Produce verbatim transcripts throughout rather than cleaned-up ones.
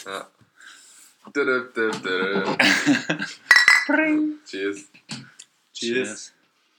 Ja. Da, da, da, da. Cheers. Cheers.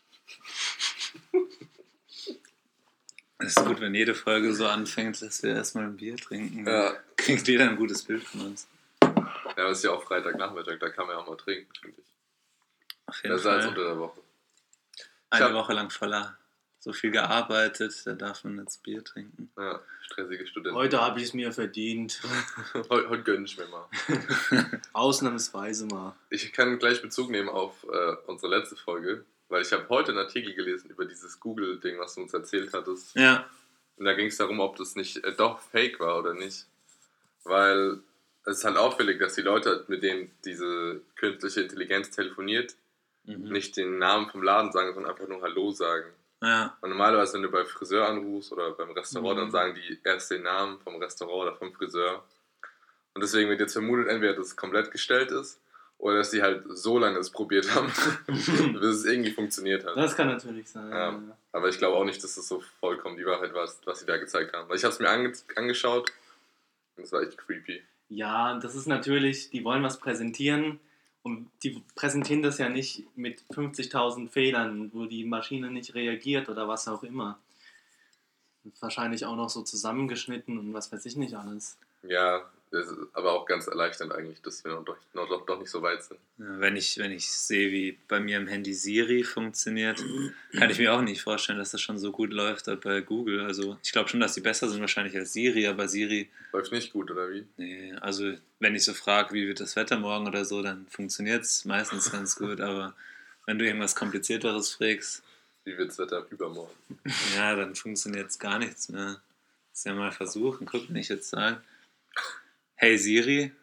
Es ist gut, wenn jede Folge so anfängt, dass wir erstmal ein Bier trinken. Ja. Kriegt jeder ein gutes Bild von uns. Ja, aber es ist ja auch Freitagnachmittag, da kann man ja auch mal trinken, finde ich. Auf jeden Besser als Fall. unter der Woche. Eine hab- Woche lang voller. So viel gearbeitet, da darf man jetzt Bier trinken. Ja, stressige Studenten. Heute habe ich es mir verdient. Heute, heute gönne ich mir mal. Ausnahmsweise mal. Ich kann gleich Bezug nehmen auf äh, unsere letzte Folge, weil ich habe heute einen Artikel gelesen über dieses Google-Ding, was du uns erzählt hattest. Ja. Und da ging es darum, ob das nicht äh, doch fake war oder nicht. Weil es ist halt auffällig, dass die Leute, mit denen diese künstliche Intelligenz telefoniert, Mhm. nicht den Namen vom Laden sagen, sondern einfach nur Hallo sagen. Ja. Und normalerweise, wenn du bei Friseur anrufst oder beim Restaurant, Mhm. dann sagen die erst den Namen vom Restaurant oder vom Friseur. Und deswegen wird jetzt vermutet, entweder dass es komplett gestellt ist oder dass die halt so lange es probiert haben, bis es irgendwie funktioniert hat. Das kann natürlich sein. Ja. Ja. Aber ich glaube auch nicht, dass das so vollkommen die Wahrheit war, was sie da gezeigt haben. Weil ich habe es mir ange angeschaut und es war echt creepy. Ja, das ist natürlich, die wollen was präsentieren und die präsentieren das ja nicht mit fünfzigtausend Fehlern, wo die Maschine nicht reagiert oder was auch immer. Wahrscheinlich auch noch so zusammengeschnitten und was weiß ich nicht alles. Ja, das ist aber auch ganz erleichternd eigentlich, dass wir noch, doch, noch, doch, doch nicht so weit sind. Ja, wenn ich, wenn ich sehe, wie bei mir im Handy Siri funktioniert, kann ich mir auch nicht vorstellen, dass das schon so gut läuft halt bei Google. Also ich glaube schon, dass die besser sind wahrscheinlich als Siri, aber Siri, Läuft nicht gut, oder wie? nee, also wenn ich so frage, wie wird das Wetter morgen oder so, dann funktioniert es meistens ganz gut, aber wenn du irgendwas Komplizierteres fragst, Wie wird's Wetter übermorgen? ja, dann funktioniert es gar nichts mehr. Das ist ja mal versuchen. Guck, wenn ich jetzt sage, hey Siri,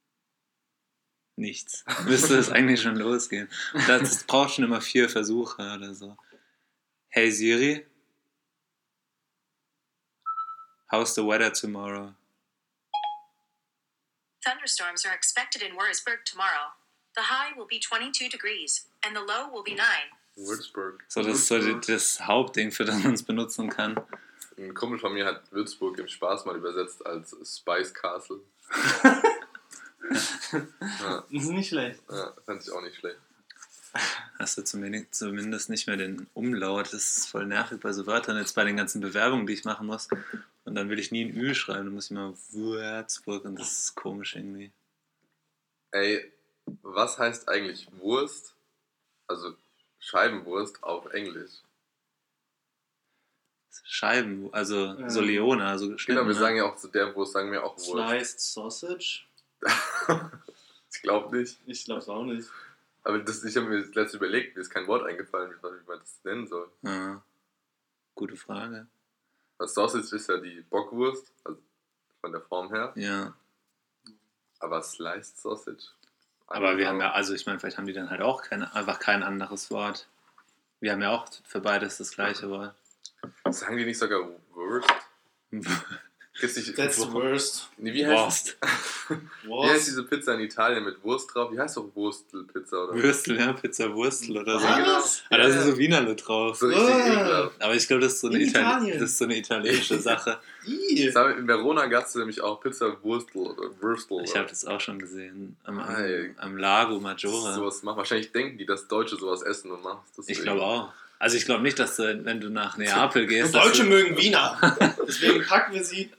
nichts. Müsste es eigentlich schon losgehen. Und das braucht schon immer vier Versuche oder so. Hey Siri, how's the weather tomorrow? Thunderstorms are expected in Würzburg tomorrow. The high will be twenty-two degrees, and the low will be nine. Würzburg. So, das ist so die- das Hauptding, für das man es benutzen kann. Ein Kumpel von mir hat Würzburg im Spaß mal übersetzt als Spice Castle. Ja, Das ist nicht schlecht. ja, fand ich auch nicht schlecht. Hast du zumindest, zumindest nicht mehr den Umlaut. Das ist voll nervig bei so Wörtern. Jetzt bei den ganzen Bewerbungen, die ich machen muss. Und dann will ich nie ein Ü schreiben. Dann muss ich mal Würzburg und das ist komisch irgendwie. Ey, was heißt eigentlich Wurst? Also Scheibenwurst auf Englisch. Scheiben, also Ja. so Leona, also geschnitten. Genau, wir ne? sagen ja auch zu der Wurst, sagen wir auch Wurst. Sliced Sausage? Ich glaube nicht. Ich glaube es auch nicht. Aber das, ich habe mir das letzte überlegt, mir ist kein Wort eingefallen, wie, wie man das nennen soll. Ja. Gute Frage. Das Sausage ist ja die Bockwurst, also von der Form her. Ja. Aber Sliced Sausage? Aber wir haben ja, also ich meine, vielleicht haben die dann halt auch kein, einfach kein anderes Wort. Wir haben ja auch für beides das gleiche Wort. Sagen die nicht sogar Wurst? Gibt's nicht, That's the worst. Nee, wie heißt, Wurst. wie heißt diese Pizza in Italien mit Wurst drauf? Die heißt doch Wurstelpizza, oder? Würstel, ja, Pizza Wurstel oder so. Was? Aber da sind so Wienerle drauf. So richtig Ah. ekelhaft. Aber ich glaube, das ist so eine, In Itali Italien. das ist so eine italienische Sache. Ih. Das haben wir- In Verona gab es nämlich auch Pizza Wurstel oder Wurstel. Ich habe das auch schon gesehen. Am, Ei. am, am Lago Maggiore. Sowas machen. Wahrscheinlich denken die, dass Deutsche sowas essen und machen. Ich glaube auch. Also ich glaube nicht, dass du, wenn du nach Neapel gehst... dass Deutsche du, mögen Wiener. Deswegen packen wir sie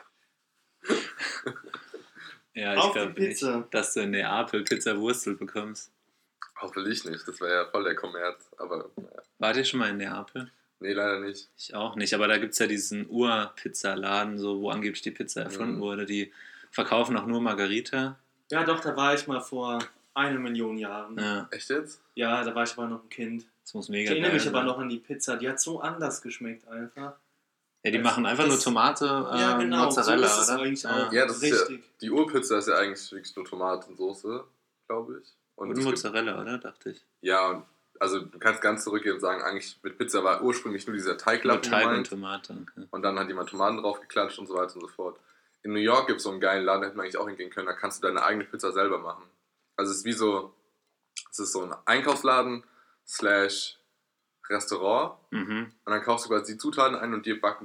ja, ich auf die glaube nicht, Pizza. dass du in Neapel Pizza Wurstel bekommst. Hoffentlich nicht, das wäre ja voll der Kommerz. Aber naja. Wart ihr schon mal in Neapel? Nee, leider nicht. Ich auch nicht, aber da gibt es ja diesen Ur-Pizzaladen, so, wo angeblich die Pizza erfunden Mhm. wurde. Die verkaufen auch nur Margarita. Ja, doch, da war ich mal vor einer Million Jahren. Ja, Ja, Echt jetzt? da war ich aber noch ein Kind. das muss Ich mega erinnere geil mich aber sein. noch an die Pizza. Die hat so anders geschmeckt einfach. Ja, die Das- machen einfach das- nur Tomate, äh, ja, genau. Mozzarella, so ist es oder? eigentlich Ja. auch. Ja, das ist ja, Richtig. die Urpizza ist ja eigentlich wirklich nur Tomatensoße, glaube ich. Und es gibt- Mozzarella, oder? Dachte ich. Ja, und also du kannst ganz zurückgehen und sagen, eigentlich mit Pizza war ursprünglich nur dieser Nur Teiglappen Teig und gemeint. Tomate. Okay. Und dann hat jemand Tomaten drauf geklatscht und so weiter und so fort. In New York gibt es so einen geilen Laden, da hätten wir eigentlich auch hingehen können, da kannst du deine eigene Pizza selber machen. Also es ist wie so, es ist so ein Einkaufsladen slash Restaurant Mhm. und dann kaufst du quasi die Zutaten ein und dir backen die dann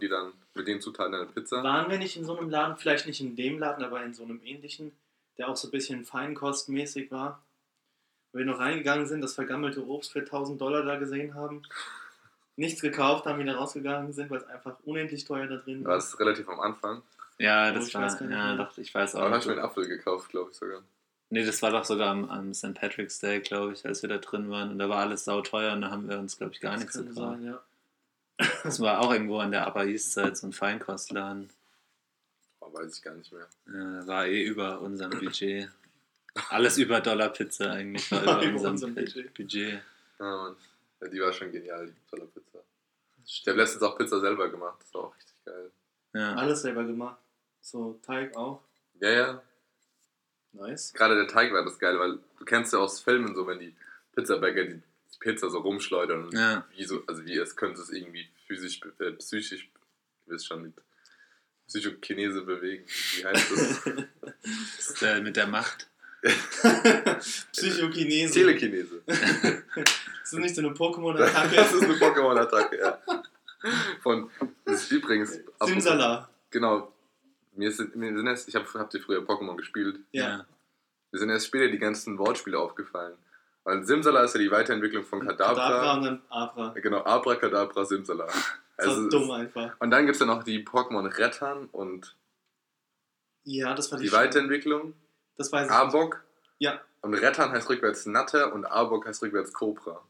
mit den Zutaten eine Pizza. Waren wir nicht in so einem Laden, vielleicht nicht in dem Laden, aber in so einem ähnlichen, der auch so ein bisschen feinkostmäßig war? Wo wir noch reingegangen sind, das vergammelte Obst für tausend Dollar da gesehen haben. Nichts gekauft, dann wieder rausgegangen sind, weil es einfach unendlich teuer da drin War es relativ am Anfang. Ja, Oh, das ich weiß war, gar nicht ja, mehr. doch, ich weiß Aber dann auch. habe ich mir einen Apfel gekauft, glaube ich sogar. Nee, das war doch sogar am, am Sankt Patrick's Day, glaube ich, als wir da drin waren. Und da war alles sauteuer und da haben wir uns, glaube ich, gar Das nichts kann gekauft. sein, ja. Das war auch irgendwo an der Upper East Side, so ein Feinkostladen. Oh, weiß ich gar nicht mehr. Ja, war eh über unserem Budget. Alles über Dollar Pizza eigentlich, war über Über unserem unserem Budget. Budget. Ja, Mann. Ja, die war schon genial, die tolle Pizza. Ich habe letztens auch Pizza selber gemacht, das war auch richtig geil. Ja. Alles selber gemacht. So, Teig auch. Ja, ja. Nice. Gerade der Teig war das geil, weil du kennst ja aus Filmen so, wenn die Pizzabäcker die Pizza so rumschleudern. Und Ja. wie so, also wie es könnte es irgendwie physisch, äh, psychisch, ihr wisst schon, mit Psychokinese bewegen. Wie heißt das? Das ist, äh, mit der Macht. Psychokinese. Telekinese. Ist das nicht so eine Pokémon-Attacke? Das ist eine Pokémon-Attacke, ja. Von, das ist übrigens... Simsala. Genau. Mir sind, mir sind erst, ich habe hab dir früher Pokémon gespielt. Ja. Mir sind erst später die ganzen Wortspiele aufgefallen. Weil Simsala ist ja die Weiterentwicklung von Kadabra. Kadabra und dann Abra. Genau, Abracadabra, Simsala. Das ist Also, dumm einfach. und dann gibt es ja noch die Pokémon Rettern und Ja, das war die die Sch- Weiterentwicklung. Das weiß ich. Arbok. Ja. Und Rettern heißt rückwärts Natter und Arbok heißt rückwärts Cobra.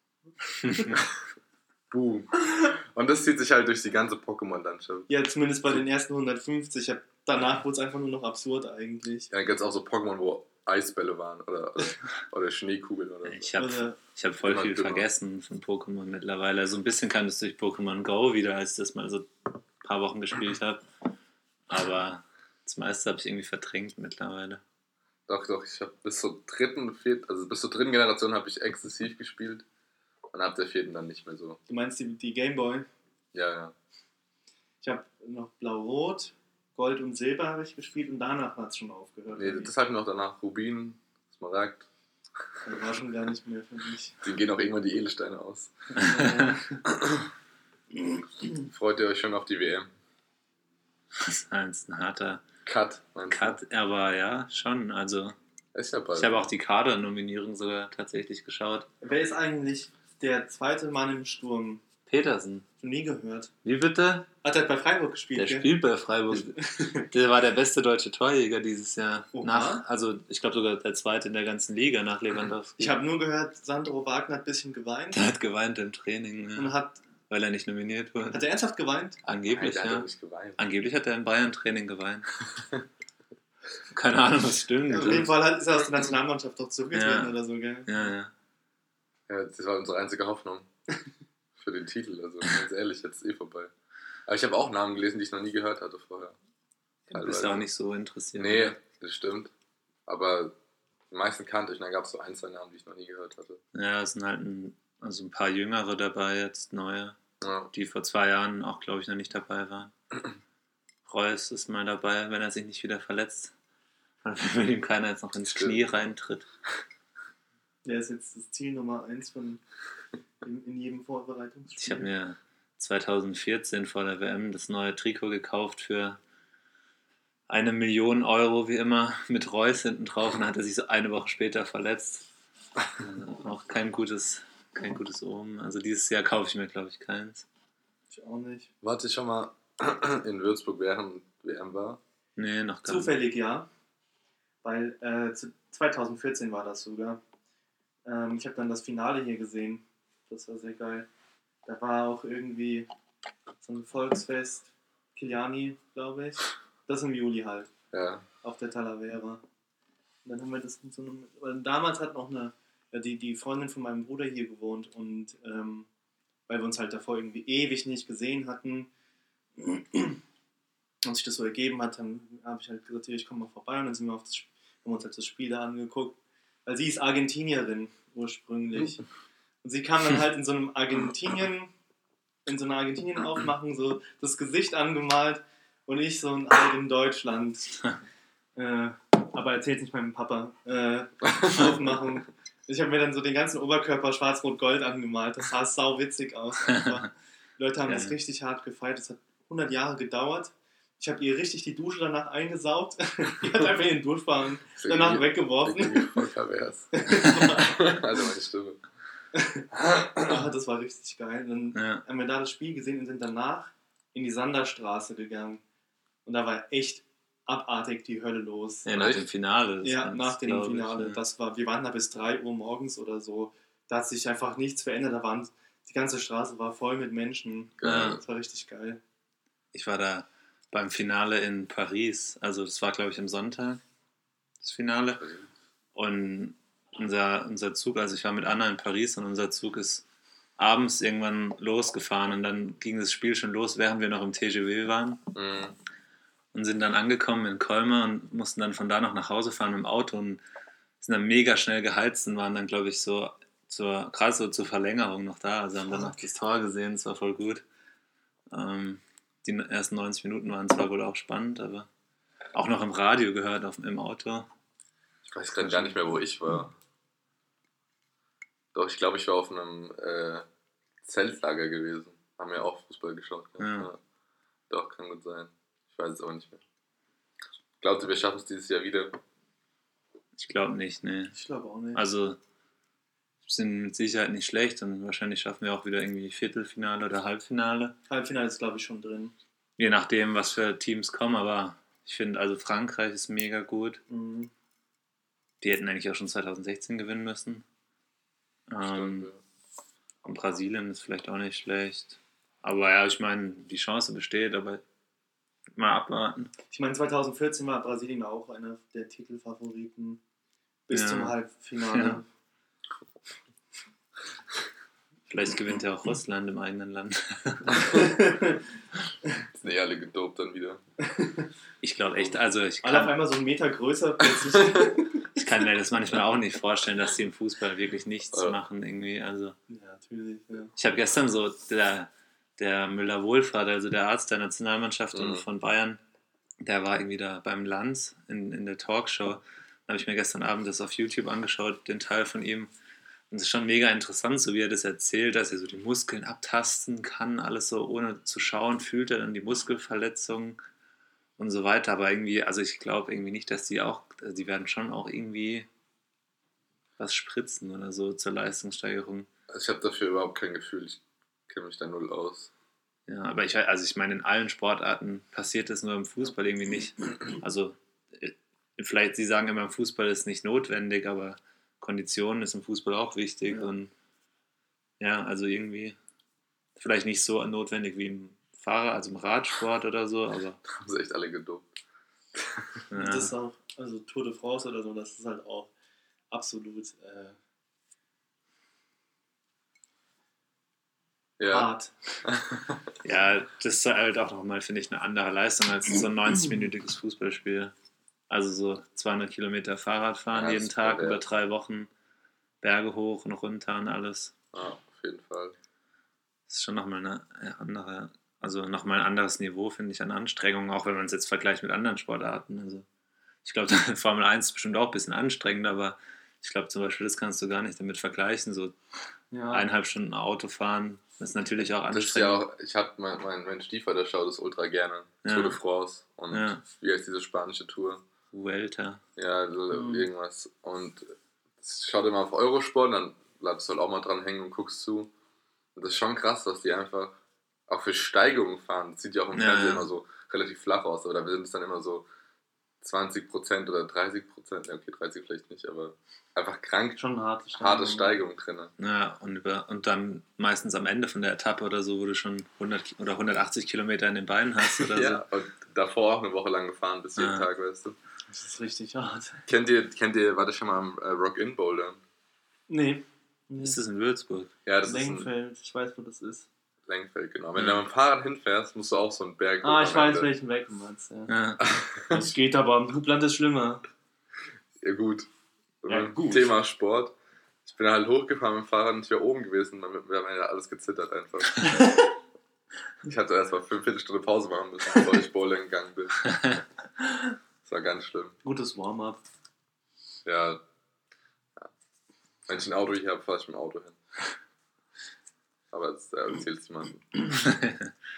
Boom. Und das zieht sich halt durch die ganze Pokémon-Landschaft. Ja, zumindest bei den ersten hundertfünfzig. Hab- Danach wurde es einfach nur noch absurd eigentlich. Ja, dann gibt es auch so Pokémon, wo Eisbälle waren oder, oder, oder Schneekugeln oder so. Ich habe Oder ich hab voll Immer viel dümmer. vergessen von Pokémon mittlerweile. So ein bisschen kam es durch Pokémon Go wieder, als ich das mal so ein paar Wochen gespielt habe. Aber das meiste habe ich irgendwie verdrängt mittlerweile. Doch, doch, ich habe bis zur dritten, vierten, also bis zur dritten Generation habe ich exzessiv gespielt und ab der vierten dann nicht mehr so. du meinst die, die Gameboy? Ja, ja. Ich habe noch Blau-Rot, Gold und Silber habe ich gespielt und danach hat es schon aufgehört. Nee, das hatten wir noch danach. Rubin, Smaragd. Das war schon gar nicht mehr für mich. Denen gehen auch irgendwann die Edelsteine aus. Äh, Freut ihr euch schon auf die W M? Das war jetzt ein harter Cut, meinst du? Cut, aber ja, schon. Also, Ist ja bald. ich habe auch die Kader-Nominierung sogar tatsächlich geschaut. Wer ist eigentlich der zweite Mann im Sturm? Petersen. Schon nie gehört. Wie bitte? Hat er bei Freiburg gespielt? Der gell? spielt bei Freiburg. Der war der beste deutsche Torjäger dieses Jahr. Oha. Nach, also ich glaube sogar der zweite in der ganzen Liga nach Lewandowski. Ich habe nur gehört, Sandro Wagner hat ein bisschen geweint. Der hat geweint im Training, Und ja, hat, weil er nicht nominiert wurde. hat er ernsthaft geweint? Angeblich, Nein, der hat ja. doch nicht geweint. Angeblich hat er im Bayern-Training geweint. Keine Ahnung, was stimmt. Auf jeden Fall hat- ist er aus der Nationalmannschaft doch zurückgetreten Ja. oder so, gell? Ja, ja. Ja, das war unsere einzige Hoffnung für den Titel. Also ganz ehrlich, jetzt ist eh vorbei. Aber ich habe auch Namen gelesen, die ich noch nie gehört hatte vorher. Du bist ja auch nicht so interessiert. Nee, das stimmt. Aber die meisten kannte ich und dann gab es so ein, zwei Namen, die ich noch nie gehört hatte. Ja, es sind halt ein, also ein paar Jüngere dabei, jetzt neue, Ja. die vor zwei Jahren auch, glaube ich, noch nicht dabei waren. Reus ist mal dabei, wenn er sich nicht wieder verletzt. Und wenn ihm keiner jetzt noch ins Stimmt. Knie reintritt. Der ist jetzt das Ziel Nummer eins von in, in jedem Vorbereitungsspiel. Ich habe mir zwanzig vierzehn vor der W M das neue Trikot gekauft für eine Million Euro, wie immer, mit Reus hinten drauf und dann hat er sich so eine Woche später verletzt. Also auch kein gutes, kein gutes Omen. Also dieses Jahr kaufe ich mir, glaube ich, keins. Ich auch nicht. Warte ich schon mal in Würzburg während W M war? Nee, noch gar nicht. Zufällig ja. Weil äh, zu- zwanzig vierzehn war das sogar. Ähm, ich habe dann das Finale hier gesehen. Das war sehr geil. Da war auch irgendwie so ein Volksfest. Kiliani, glaube ich. Das im Juli halt. Ja. Auf der Talavera. Und dann haben wir das in so einem. Weil damals hat noch eine. Ja, die, die Freundin von meinem Bruder hier gewohnt. Und ähm, weil wir uns halt davor irgendwie ewig nicht gesehen hatten. Und sich das so ergeben hat, dann habe ich halt gesagt, hier, ich komme mal vorbei und dann sind wir auf das, haben uns halt das Spiel da angeguckt, weil sie ist Argentinierin ursprünglich und sie kam dann halt in so einem Argentinien, in so einer Argentinien-Aufmachung so das Gesicht angemalt und ich so ein Alt in Deutschland, äh, aber erzählt nicht meinem Papa, äh, Aufmachung. Ich habe mir dann so den ganzen Oberkörper schwarz-rot-gold angemalt, das sah sau witzig aus einfach. Die Leute haben Ja. das richtig hart gefeiert, das hat hundert Jahre gedauert. Ich habe ihr richtig die Dusche danach eingesaugt. Die hat einfach den Duschwagen danach weggeworfen. Voll pervers. Also meine Stimme. Ah, das war richtig geil. Dann Ja. haben wir da das Spiel gesehen und sind danach in die Sanderstraße gegangen. Und da war echt abartig die Hölle los. Ja, nach dem Finale. das Ja, war's, nach dem glaub ich, Finale. ja. Das war, wir waren da bis drei Uhr morgens oder so. Da hat sich einfach nichts verändert. Da waren, die ganze Straße war voll mit Menschen. Ja. Das war richtig geil. Ich war da beim Finale in Paris. Also das war, glaube ich, am Sonntag, das Finale. Und unser, unser Zug, also ich war mit Anna in Paris und unser Zug ist abends irgendwann losgefahren und dann ging das Spiel schon los, während wir noch im T G V waren. Mhm. Und sind dann angekommen in Colmar und mussten dann von da noch nach Hause fahren mit dem Auto und sind dann mega schnell geheizt und waren dann, glaube ich, so zur, gerade so zur Verlängerung noch da. Also haben dann noch das Tor gesehen, es war voll gut. Ähm, die ersten neunzig Minuten waren zwar wohl auch spannend, aber auch noch im Radio gehört, auf, im Auto. Ich weiß gerade gar nicht mehr, wo ich war. Doch, ich glaube, ich war auf einem äh, Zeltlager gewesen. Haben ja auch Fußball geschaut. Ja. Ja. Ja. Doch, kann gut sein. Ich weiß es auch nicht mehr. Glaubst du, wir schaffen es dieses Jahr wieder? Ich glaube nicht, ne. Ich glaube auch nicht. Also sind mit Sicherheit nicht schlecht und wahrscheinlich schaffen wir auch wieder irgendwie Viertelfinale oder Halbfinale. Halbfinale ist, glaube ich, schon drin. Je nachdem, was für Teams kommen, aber ich finde, also Frankreich ist mega gut. Mhm. Die hätten eigentlich auch schon zwanzig sechzehn gewinnen müssen. Ähm, Stimmt, ja. und Brasilien ist vielleicht auch nicht schlecht. Aber ja, ich meine, die Chance besteht, aber mal abwarten. Ich meine, zwanzig vierzehn war Brasilien auch einer der Titelfavoriten bis Ja. zum Halbfinale. Ja. Vielleicht gewinnt ja auch Russland im eigenen Land. Sind eh alle gedopt dann wieder. Ich glaube echt, also ich Alle auf kann, einmal so einen Meter größer plötzlich. ich kann mir das manchmal auch nicht vorstellen, dass sie im Fußball wirklich nichts Ja. machen irgendwie. Also Ja, natürlich. Ja. ich habe gestern so der, der Müller-Wohlfahrt, also der Arzt der Nationalmannschaft Mhm. und von Bayern, der war irgendwie da beim Lanz in, in der Talkshow. Da habe ich mir gestern Abend das auf YouTube angeschaut, den Teil von ihm. Und es ist schon mega interessant, so wie er das erzählt, dass er so die Muskeln abtasten kann, alles so ohne zu schauen, fühlt er dann die Muskelverletzungen und so weiter. Aber irgendwie, also ich glaube irgendwie nicht, dass die auch, also die werden schon auch irgendwie was spritzen oder so zur Leistungssteigerung. Also ich habe dafür überhaupt kein Gefühl. Ich kenne mich da null aus. Ja, aber ich, also ich meine, in allen Sportarten passiert das, nur im Fußball irgendwie nicht. Also äh, vielleicht, Sie sagen immer, im Fußball ist nicht notwendig, aber Kondition ist im Fußball auch wichtig. Ja. Und ja, also irgendwie vielleicht nicht so notwendig wie im Fahrer, also im Radsport oder so, aber Haben sie echt alle gedopt. ja. Das ist auch, also Tour de France oder so, das ist halt auch absolut äh, Ja. hart. Ja, das ist halt auch nochmal, finde ich, eine andere Leistung als so ein neunzig-minütiges Fußballspiel. Also so zweihundert Kilometer Fahrrad fahren Ja, jeden das Tag war über wert. drei Wochen, Berge hoch und runter und alles. Ja, auf jeden Fall. Das ist schon nochmal eine andere, also nochmal ein anderes Niveau, finde ich, an Anstrengung, auch wenn man es jetzt vergleicht mit anderen Sportarten. Also ich glaube, Formel eins ist bestimmt auch ein bisschen anstrengend, aber ich glaube zum Beispiel, das kannst du gar nicht damit vergleichen. So Ja. eineinhalb Stunden Auto fahren, das ist natürlich auch Das ist ja anstrengend. auch, ich hab, mein, mein, mein Stiefvater schaut das ultra gerne. Ja. Tour de France. Und Ja. wie heißt diese spanische Tour? Vuelta. Ja, so Mhm. irgendwas. Und das schaut immer auf Eurosport, dann bleibst du halt auch mal dran hängen und guckst zu. Und das ist schon krass, dass die einfach auch für Steigungen fahren. Das sieht ja auch im Ja, Fernsehen ja. immer so relativ flach aus, aber da sind es dann immer so zwanzig Prozent oder dreißig Prozent. Ja, okay, dreißig vielleicht nicht, aber einfach krank, Schon eine harte Steigerung. harte Steigerung drin. Ja, und, über, und dann meistens am Ende von der Etappe oder so, wo du schon hundert Ki- oder hundertachtzig Kilometer in den Beinen hast oder Ja, und davor auch eine Woche lang gefahren, bis jeden Ja. Tag, weißt du. Das ist richtig hart. Kennt ihr, kennt ihr, warte schon mal am äh, Rock-In Boulder? Nee. so. nee. Ist das in Würzburg? Ja, das ist Lengfeld, ich weiß, wo das ist. ein Lengfeld, genau. Wenn Ja. du mit dem Fahrrad hinfährst, musst du auch so einen Berg Ah, hoch ich am weiß, Ende. welchen Weg du meinst. Ja. Ja. Das geht aber, am Hubland ist schlimmer. Ja, gut. Ja, gut. Thema Sport. Ich bin halt hochgefahren mit dem Fahrrad und ich war oben gewesen. Wir haben ja alles gezittert einfach. Ich hatte erst mal fünf Viertelstunde Pause machen müssen, bevor ich bowling gegangen bin. Das war ganz schlimm. Gutes Warm-up. Ja. ja. Wenn ich ein Auto hier habe, fahre ich mit dem Auto hin. Aber das äh, erzählt niemandem.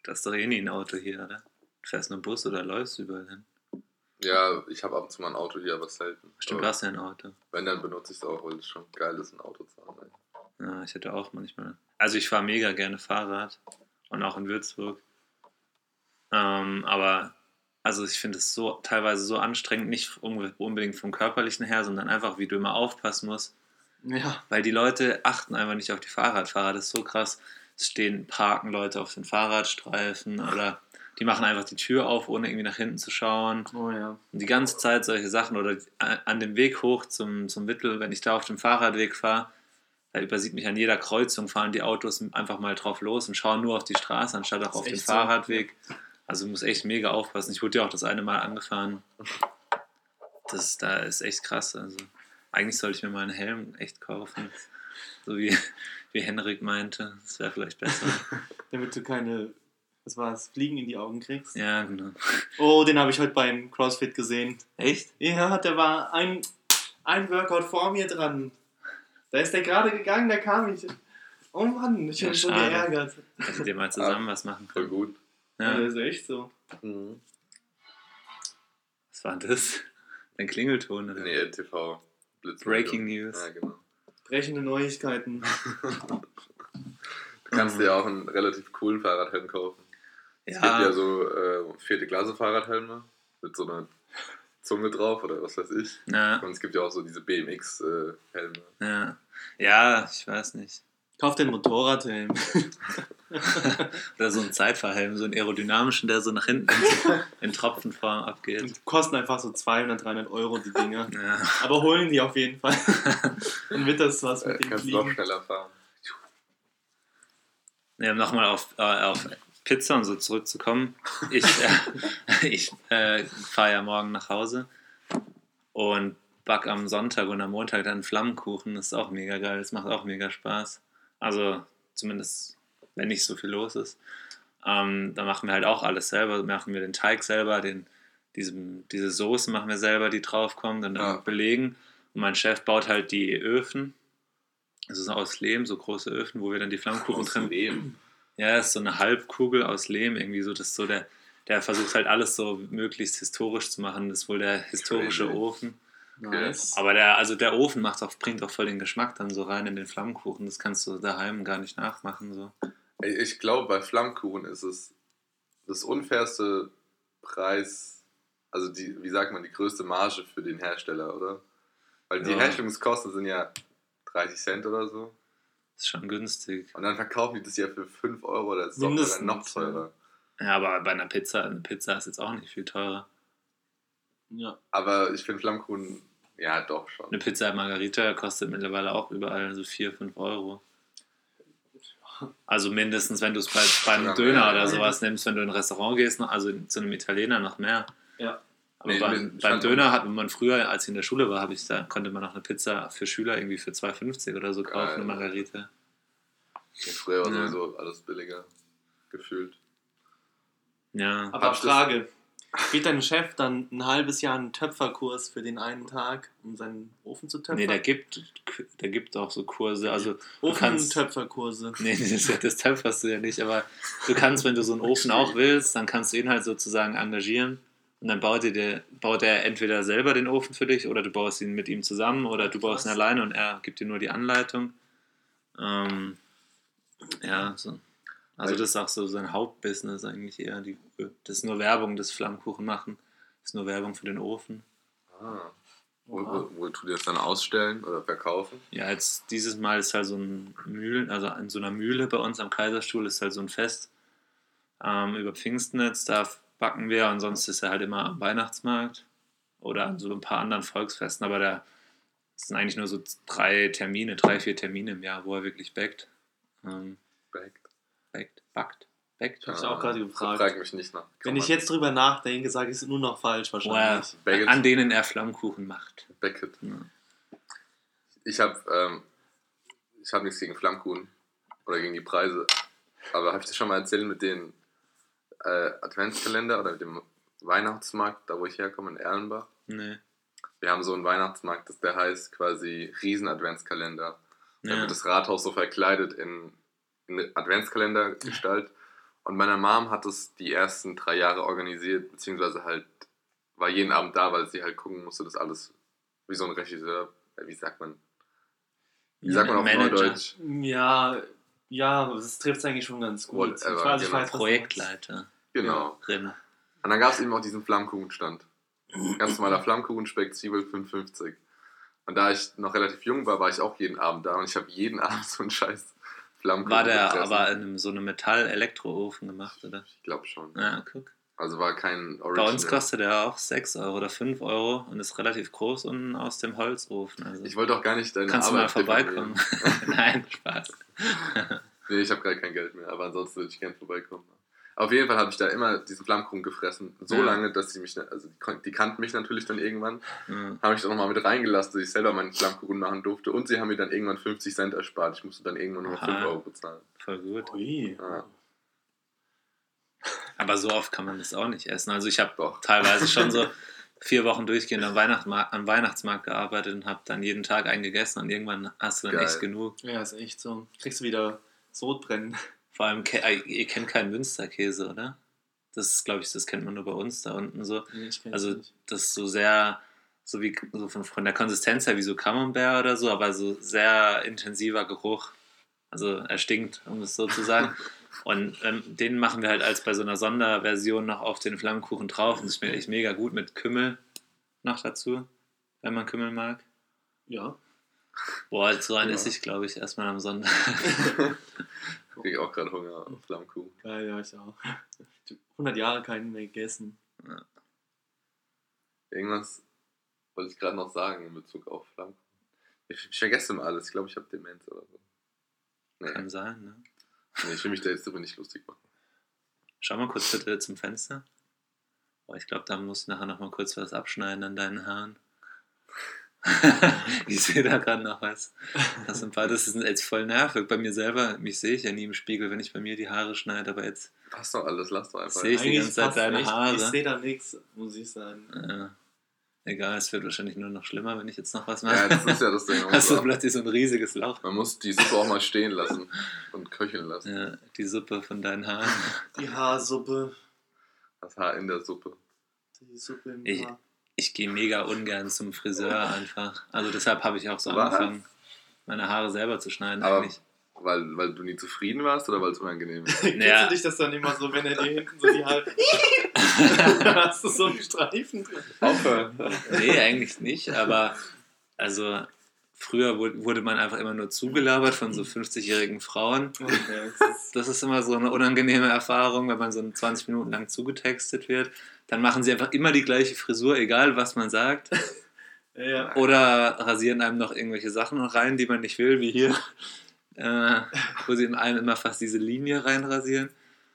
Das ist doch eh nie ein Auto hier, oder? Du fährst nur Bus oder läufst überall hin? Ja, ich habe ab und zu mal ein Auto hier, aber selten. Stimmt, aber du hast ja ein Auto. Wenn, dann benutze ich es auch, weil es schon geil ist, ein Auto zu haben. Ey. Ja, ich hätte auch manchmal. Also ich fahre mega gerne Fahrrad und auch in Würzburg. Ähm, aber also ich finde es so teilweise so anstrengend, nicht unbedingt vom Körperlichen her, sondern einfach, wie du immer aufpassen musst. Ja. Weil die Leute achten einfach nicht auf die Fahrradfahrer. Das ist so krass. Es stehen, parken Leute auf den Fahrradstreifen oder die machen einfach die Tür auf, ohne irgendwie nach hinten zu schauen. Oh ja. Und die ganze Zeit solche Sachen. Oder an dem Weg hoch zum, zum Mittel, wenn ich da auf dem Fahrradweg fahre, da übersieht mich an jeder Kreuzung, fahren die Autos einfach mal drauf los und schauen nur auf die Straße, anstatt auch auf den echt so. Fahrradweg. Also du musst echt mega aufpassen. Ich wurde ja auch das eine Mal angefahren. Das da ist echt krass. Also eigentlich sollte ich mir mal einen Helm echt kaufen. So wie, wie Henrik meinte. Das wäre vielleicht besser. Damit du keine, was war es, Fliegen in die Augen kriegst. Ja, genau. Oh, den habe ich heute beim CrossFit gesehen. Echt? Ja, der war ein, ein Workout vor mir dran. Da ist der gerade gegangen, da kam ich. Oh Mann, ich Ja, bin so schade. geärgert. Hättet ihr mal zusammen was machen Voll können. gut. Ja. Ja. Das ist echt so. Mhm. Was war das? Dein Klingelton? Oder? Nee, T V. Blitz Breaking News. Ja, genau. Brechende Neuigkeiten. Du kannst dir auch einen relativ coolen Fahrradhelm kaufen. Es gibt Ja, ja so äh, vierte Klasse Fahrradhelme mit so einer Zunge drauf oder was weiß ich. ja, Und es gibt ja auch so diese B M X-Helme. ja. Ja, ich weiß nicht. Kauf den Motorradhelm. Oder so ein Zeitfahrhelm, so einen aerodynamischen, der so nach hinten in Tropfenform abgeht. Die kosten einfach so zweihundert, dreihundert Euro die Dinger. Ja. Aber holen die auf jeden Fall. Dann wird das was Äh, mit dem kannst du noch Fliegen. schneller fahren. Ja, um nochmal auf, äh, auf Pizza und so zurückzukommen. Ich, äh, ich äh, fahre ja morgen nach Hause und back am Sonntag und am Montag dann Flammkuchen. Das ist auch mega geil. Das macht auch mega Spaß. Also zumindest, wenn nicht so viel los ist. Ähm, da machen wir halt auch alles selber. Machen wir den Teig selber, den, diesem, diese Soße machen wir selber, die draufkommt und dann Ja. belegen. Und mein Chef baut halt die Öfen. Das ist aus Lehm, so große Öfen, wo wir dann die Flammkuchen Aus drin... Lehm. Ja, ist so eine Halbkugel aus Lehm, irgendwie so, das ist so der, der versucht halt alles so möglichst historisch zu machen. Das ist wohl der historische Crazy. Ofen. Nice. Aber der, also der Ofen macht auch, bringt auch voll den Geschmack dann so rein in den Flammkuchen. Das kannst du daheim gar nicht nachmachen. So. Ey, ich glaube, bei Flammkuchen ist es das unfairste Preis, also die, wie sagt man, die größte Marge für den Hersteller, oder? Weil die Ja. Herstellungskosten sind ja dreißig Cent oder so. Das ist schon günstig. Und dann verkaufen die das ja für fünf Euro oder ist es Mindestens, noch teurer. Ja, aber bei einer Pizza, eine Pizza ist jetzt auch nicht viel teurer. Ja. Aber ich finde Flammkuchen, ja doch schon. Eine Pizza Margarita kostet mittlerweile auch überall so vier, fünf Euro. Also mindestens, wenn du es bei, bei einem Ja, Döner ja, oder ja. sowas nimmst, wenn du in ein Restaurant gehst, also zu einem Italiener noch mehr. Ja. Aber Nee, beim, mit- beim stand- Döner hat man früher, als ich in der Schule war, habe ich da, konnte man noch eine Pizza für Schüler irgendwie für zwei fünfzig oder so kaufen, Geil. eine Margarita. Ja, früher war Ja. sowieso alles billiger gefühlt. Ja, Aber Habt ihr- Frage. Geht dein Chef dann ein halbes Jahr einen Töpferkurs für den einen Tag, um seinen Ofen zu töpfern? nee, der gibt, der gibt auch so Kurse, also du kannst, Ofentöpferkurse. nee, das, das töpferst du ja nicht, aber du kannst, wenn du so einen Ofen auch willst, dann kannst du ihn halt sozusagen engagieren und dann baut, dir, baut er entweder selber den Ofen für dich oder du baust ihn mit ihm zusammen oder du baust ihn Krass. alleine und er gibt dir nur die Anleitung. Ähm, ja, so. Also das ist auch so sein Hauptbusiness eigentlich eher. Die, das ist nur Werbung, das Flammkuchen machen. Das ist nur Werbung für den Ofen. Ah. Wo, wo, wo tut ihr das dann ausstellen oder verkaufen? Ja, jetzt dieses Mal ist halt so ein Mühlen, also in so einer Mühle bei uns am Kaiserstuhl ist halt so ein Fest ähm, über Pfingsten jetzt, da backen wir und sonst ist er halt immer am Weihnachtsmarkt oder an so ein paar anderen Volksfesten, aber da sind eigentlich nur so drei Termine, drei, vier Termine im Jahr, wo er wirklich backt. Ähm, Backt. backt, backt, backt. Ich hab's auch gerade gefragt. Frag mich nicht nach. Wenn ich jetzt drüber nachdenke, sage ich es nur noch falsch Wo er, wahrscheinlich. Baguette. an denen er Flammkuchen macht. Beckett. Ja. Ich habe ähm, ich hab nichts gegen Flammkuchen oder gegen die Preise. Aber habe ich dir schon mal erzählt mit den äh, Adventskalender oder mit dem Weihnachtsmarkt, da wo ich herkomme, in Erlenbach? Nee. Wir haben so einen Weihnachtsmarkt, das der heißt quasi Riesen-Adventskalender. Da Ja. wird das Rathaus so verkleidet in, in Adventskalender-Gestalt. Und meine Mom hat es die ersten drei Jahre organisiert, beziehungsweise halt war jeden Abend da, weil sie halt gucken musste, dass alles wie so ein Regisseur, wie sagt man, wie sagt man auf Manager. Neudeutsch? Ja, ja, das trifft es eigentlich schon ganz gut. Whatever, ich weiß, ich genau. weiß, was du Projektleiter. Genau. Drin. Und dann gab es eben auch diesen Flammkuchenstand. Ganz normaler Flammkuchen, Speck, Zwiebel, fünf fünfzig. Und da ich noch relativ jung war, war ich auch jeden Abend da und ich habe jeden Abend so einen scheiß Flammkuchen War der gefressen. aber in einem, so einem Metall-Elektroofen gemacht, oder? Ich glaube schon. Ja, guck. Also war kein Original. Bei uns kostet er auch sechs Euro oder fünf Euro und ist relativ groß und aus dem Holzofen. Also Ich wollte auch gar nicht deine kannst Arbeit du mal vorbeikommen. diffamieren. Nein, Spaß. Nee, ich habe gerade kein Geld mehr, aber ansonsten würde ich gerne vorbeikommen. Auf jeden Fall habe ich da immer diesen Flammkuchen gefressen. So Ja. lange, dass sie mich, also die, kon- die kannten mich natürlich dann irgendwann. Ja. Habe ich dann nochmal mit reingelassen, dass ich selber meinen Flammkuchen machen durfte. Und sie haben mir dann irgendwann fünfzig Cent erspart. Ich musste dann irgendwann nur noch Aha. fünf Euro bezahlen. Voll gut. Ui. Ja. Aber so oft kann man das auch nicht essen. Also ich habe Doch. teilweise schon so vier Wochen durchgehend am, Weihnachtsmarkt, am Weihnachtsmarkt gearbeitet und habe dann jeden Tag einen gegessen und irgendwann hast du dann Geil. echt genug. Ja, ist echt so. Kriegst du wieder Sodbrennen. Vor allem, ke- äh, ihr kennt keinen Münsterkäse, oder? Das ist, glaube ich, das kennt man nur bei uns da unten so. Nee, ich kenn's Also nicht. das ist so sehr, so wie so von, von der Konsistenz her wie so Camembert oder so, aber so sehr intensiver Geruch. Also er stinkt, um es so zu sagen. Und ähm, den machen wir halt als bei so einer Sonderversion noch auf den Flammkuchen drauf. Und das schmeckt echt mega gut mit Kümmel noch dazu, wenn man Kümmel mag. Ja. Boah, so einen Ja. esse ich, glaube ich, erstmal am Sonntag. Ich kriege auch gerade Hunger auf Flammkuchen. Geil, ja, ich auch. Ich hab hundert Jahre keinen mehr gegessen. Irgendwas wollte ich gerade noch sagen in Bezug auf Flammkuchen. Ich, ich vergesse immer alles. Ich glaube, ich habe Demenz oder so. Nee, Kann sein, ne? nee, ich will mich da jetzt drüber nicht lustig machen. Schau mal kurz bitte zum Fenster. Boah, ich glaube, da musst du nachher noch mal kurz was abschneiden an deinen Haaren. Ich sehe da gerade noch was. Das, sind, das ist jetzt voll nervig. Bei mir selber, mich sehe ich ja nie im Spiegel, wenn ich bei mir die Haare schneide, aber jetzt, Passt doch alles, lass doch einfach. Sehe ich die ganze Zeit passt deine echt. Haare. Ich sehe da nichts, muss ich sagen. äh, egal, es wird wahrscheinlich nur noch schlimmer, wenn ich jetzt noch was Ja, mache. das ist ja das Ding. Man Hast muss, du auch, plötzlich so ein riesiges Loch. man muss die Suppe auch mal stehen lassen und köcheln lassen. Ja, die Suppe von deinen Haaren. Die Haarsuppe. Das Haar in der Suppe. Die Suppe im Ich- Haar. Ich gehe mega ungern zum Friseur einfach. Also deshalb habe ich auch so Was? angefangen, meine Haare selber zu schneiden Aber eigentlich. weil, weil du nie zufrieden warst oder weil es unangenehm ist? Kennst Ja. du dich das dann immer so, wenn er dir hinten so die Haare... Dann hast du so einen Streifen drin. Aufhören. Nee, eigentlich nicht, aber also früher wurde, wurde man einfach immer nur zugelabert von so fünfzigjährigen Frauen. Okay, das ist- Das ist immer so eine unangenehme Erfahrung, wenn man so zwanzig Minuten lang zugetextet wird. Dann machen sie einfach immer die gleiche Frisur, egal was man sagt. ja. Oder rasieren einem noch irgendwelche Sachen rein, die man nicht will, wie hier, äh, wo sie in einem immer fast diese Linie reinrasieren.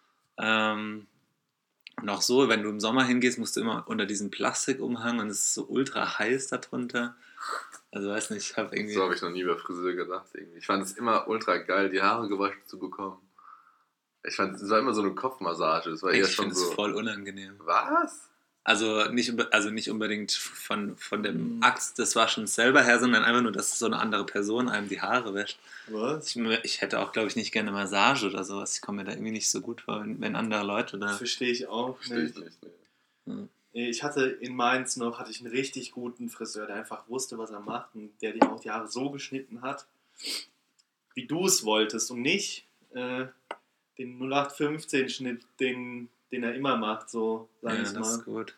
Ähm, und auch so, wenn du im Sommer hingehst, musst du immer unter diesen Plastikumhang und es ist so ultra heiß darunter. Also weiß nicht, ich habe irgendwie... So habe ich noch nie über Friseur gedacht. Irgendwie. Ich fand es immer ultra geil, die Haare gewaschen zu bekommen. Ich fand, es war immer so eine Kopfmassage. Es war eher ich schon finde es so. voll unangenehm. Was? Also nicht, unbe- also nicht unbedingt von, von dem Mhm. Akt des Waschens selber her, sondern einfach nur, dass so eine andere Person einem die Haare wäscht. Was? Ich, ich hätte auch, glaube ich, nicht gerne Massage oder sowas. Ich komme mir da irgendwie nicht so gut vor, wenn, wenn andere Leute da... Das verstehe ich auch Verstehe ich nicht. nicht. Nee. Nee, Ich hatte in Mainz noch hatte ich einen richtig guten Friseur, der einfach wusste, was er macht und der dir auch die Haare so geschnitten hat, wie du es wolltest und nicht äh, den null acht fünfzehn Schnitt, den, den er immer macht, so sag Ja, ich das mal. ist gut.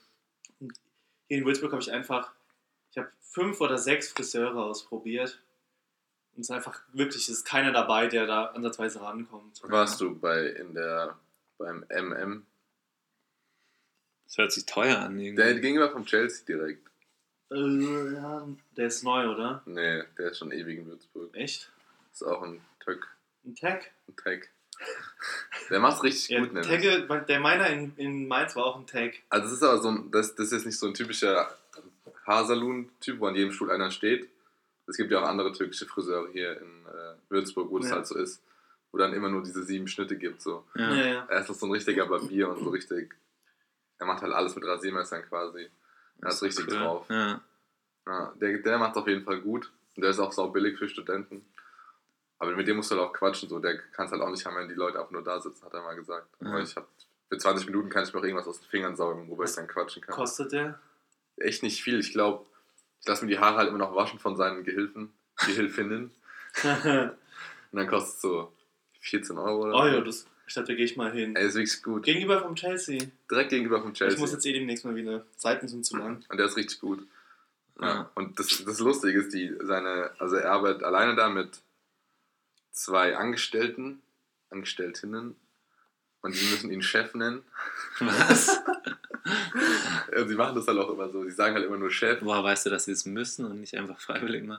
Hier in Würzburg habe ich einfach, ich habe fünf oder sechs Friseure ausprobiert und es ist einfach wirklich, es ist keiner dabei, der da ansatzweise rankommt. Warst du bei in der beim M M? Das hört sich teuer an. Der Irgendwie. gegenüber vom Chelsea direkt. Äh, ja, der ist neu, oder? Nee, der ist schon ewig in Würzburg. Echt? Ist auch ein Töck, Ein Tag? ein Tag. Der macht's richtig Ja, gut, ne? Tagge, der meiner in, in Mainz war auch ein Tag. Also es ist aber so ein, das, das ist jetzt nicht so ein typischer Haarsaloon-Typ, wo an jedem Stuhl einer steht. Es gibt ja auch andere türkische Friseure hier in äh, Würzburg, wo das Ja. halt so ist. Wo dann immer nur diese sieben Schnitte gibt. So. Ja. Ja, ja. Er ist noch so ein richtiger Barbier und so richtig. Er macht halt alles mit Rasiermessern quasi. Er ist richtig Cool. drauf. Ja. Ja, der, der macht auf jeden Fall gut. Und der ist auch sau billig für Studenten. Aber mit dem musst du halt auch quatschen, so. Der kann es halt auch nicht haben, wenn die Leute einfach nur da sitzen, hat er mal gesagt. Ja. Aber ich hab, für zwanzig Minuten kann ich mir auch irgendwas aus den Fingern saugen, wobei ich dann quatschen kann. Kostet der? Echt nicht viel. Ich glaube, ich lasse mir die Haare halt immer noch waschen von seinen Gehilfen, Gehilfinnen. Und dann kostet es so vierzehn Euro oder Oh so. ja, das, ich dachte, da gehe ich mal hin. Ey, ist wirklich gut. Gegenüber vom Chelsea. Direkt gegenüber vom Chelsea. Ich muss jetzt eh demnächst mal wieder. Zeiten sind zu lang. Und der ist richtig gut. Ja. Ja. Und das, das Lustige ist, die, seine, also er arbeitet alleine da mit zwei Angestellten, Angestelltinnen, und die müssen ihn Chef nennen. Was? Und sie machen das halt auch immer so. Sie sagen halt immer nur Chef. Woher weißt du, dass sie es müssen und nicht einfach freiwillig machen?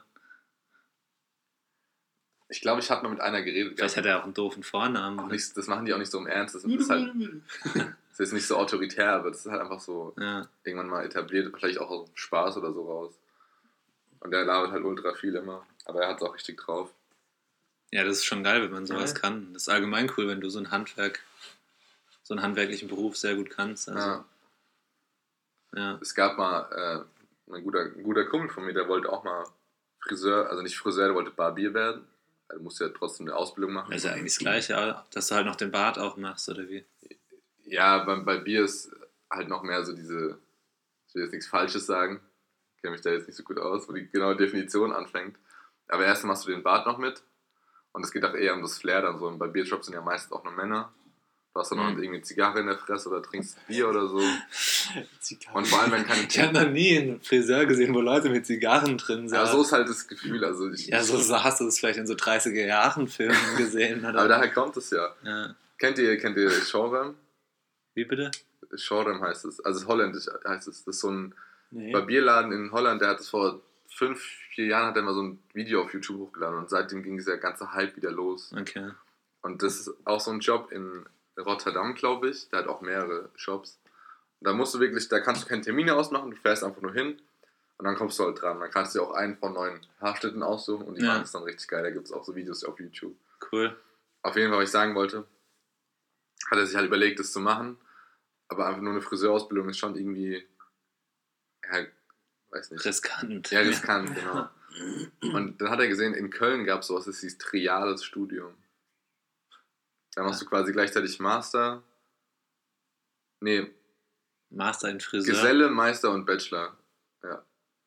Ich glaube, ich habe mal mit einer geredet. Vielleicht hat er auch einen doofen Vornamen. auch nicht, das machen die auch nicht so im Ernst. Das ist, halt, das ist nicht so autoritär, aber das ist halt einfach so Ja. irgendwann mal etabliert. Vielleicht auch aus Spaß oder so raus. Und der labert halt ultra viel immer. Aber er hat es auch richtig drauf. Ja, das ist schon geil, wenn man sowas Ja. kann. Das ist allgemein cool, wenn du so ein Handwerk, so einen handwerklichen Beruf sehr gut kannst. Also, Ja. ja. Es gab mal äh, ein, guter, ein guter Kumpel von mir, der wollte auch mal Friseur, also nicht Friseur, der wollte Barbier werden. Er musste ja trotzdem eine Ausbildung machen. Das ist ja eigentlich das Gleiche, dass du halt noch den Bart auch machst, oder wie? Ja, beim Barbier ist halt noch mehr so diese, ich will jetzt nichts Falsches sagen, ich kenne mich da jetzt nicht so gut aus, wo die genaue Definition anfängt. Aber erst machst du den Bart noch mit und es geht auch eher um das Flair dann so. Und bei Biershops sind ja meistens auch nur Männer. Du hast dann noch Mhm. irgendwie eine Zigarre in der Fresse oder trinkst Bier oder so. Und vor allem, wenn keine Ich habe noch nie einen Friseur gesehen, wo Leute mit Zigarren drin sind. Ja, so ist halt das Gefühl. Also ich, Ja, so so hast du das vielleicht in so dreißiger-Jahren-Filmen gesehen. Oder? aber daher kommt es ja. Ja. Kennt ihr, kennt ihr Shorem? Wie bitte? Shorem heißt es. Also holländisch heißt es. Das ist so ein Nee. Barbierladen in Holland, der hat es vor fünf, vier Jahren hat er mal so ein Video auf YouTube hochgeladen und seitdem ging dieser ganze Hype wieder los. Okay. Und das ist auch so ein Job in Rotterdam, glaube ich. Der hat auch mehrere Shops. Und da musst du wirklich, da kannst du keine Termine ausmachen, du fährst einfach nur hin und dann kommst du halt dran. Dann kannst du dir auch einen von neun Haarschnitten aussuchen und die Ja. machen es dann richtig geil. Da gibt es auch so Videos auf YouTube. Cool. Auf jeden Fall, was ich sagen wollte, hat er sich halt überlegt, das zu machen. Aber einfach nur eine Friseurausbildung ist schon irgendwie, ja, weiß nicht. Riskant. Ja, riskant, genau. Und dann hat er gesehen, in Köln gab es sowas, das hieß triales Studium. Da machst du quasi gleichzeitig Master, nee, Master in Friseur. Geselle, Meister und Bachelor. Ja.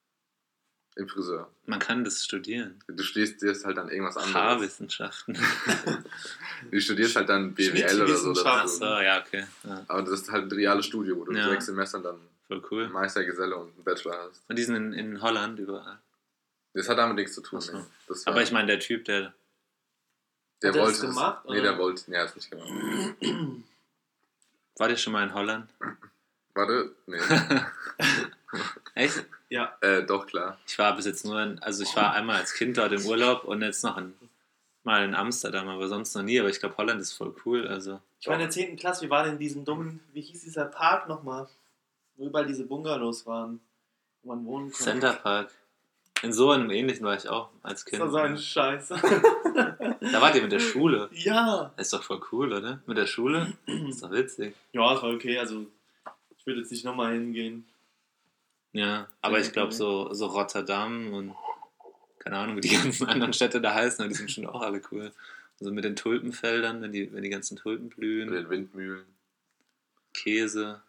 Im Friseur. Man kann das studieren. Du studierst jetzt halt dann irgendwas anderes. Haarwissenschaften. Du studierst halt dann B W L oder so. Ach Dazu. so, ja, okay. Ja, Aber das ist halt ein reales Studium, wo du in Ja. sechs Semestern dann voll cool. einen Meister, Geselle und einen Bachelor hast. Und die sind in, in Holland überall. Das hat damit nichts zu tun. Ach so. Nee. Das war, Aber ich meine, der Typ, der. der Hat er das wollte gemacht, Nee, oder? der wollte. Nee, er hat es nicht gemacht. War der schon mal in Holland? Warte, nee. Echt? Ja. äh, doch, klar. Ich war bis jetzt nur in, also ich war einmal als Kind dort im Urlaub und jetzt noch in, mal in Amsterdam, aber sonst noch nie. Aber ich glaube, Holland ist voll cool. Also Ich war in der zehnten Klasse, wir waren in diesem dummen, wie hieß dieser Park nochmal? Wo überall diese Bungalows waren, wo man wohnen konnte. Center Park. In so einem ähnlichen war ich auch als Das Kind. war so ein Scheiß. Da wart ihr mit der Schule. Ja. Das ist doch voll cool, oder? Mit der Schule? Ist doch witzig. Ja, es war okay, also ich würde jetzt nicht nochmal hingehen. Ja, aber ich glaube, so, so Rotterdam und keine Ahnung, wie die ganzen anderen Städte da heißen, die sind schon auch alle cool. Also mit den Tulpenfeldern, wenn die, wenn die ganzen Tulpen Mit blühen, den Windmühlen. Käse.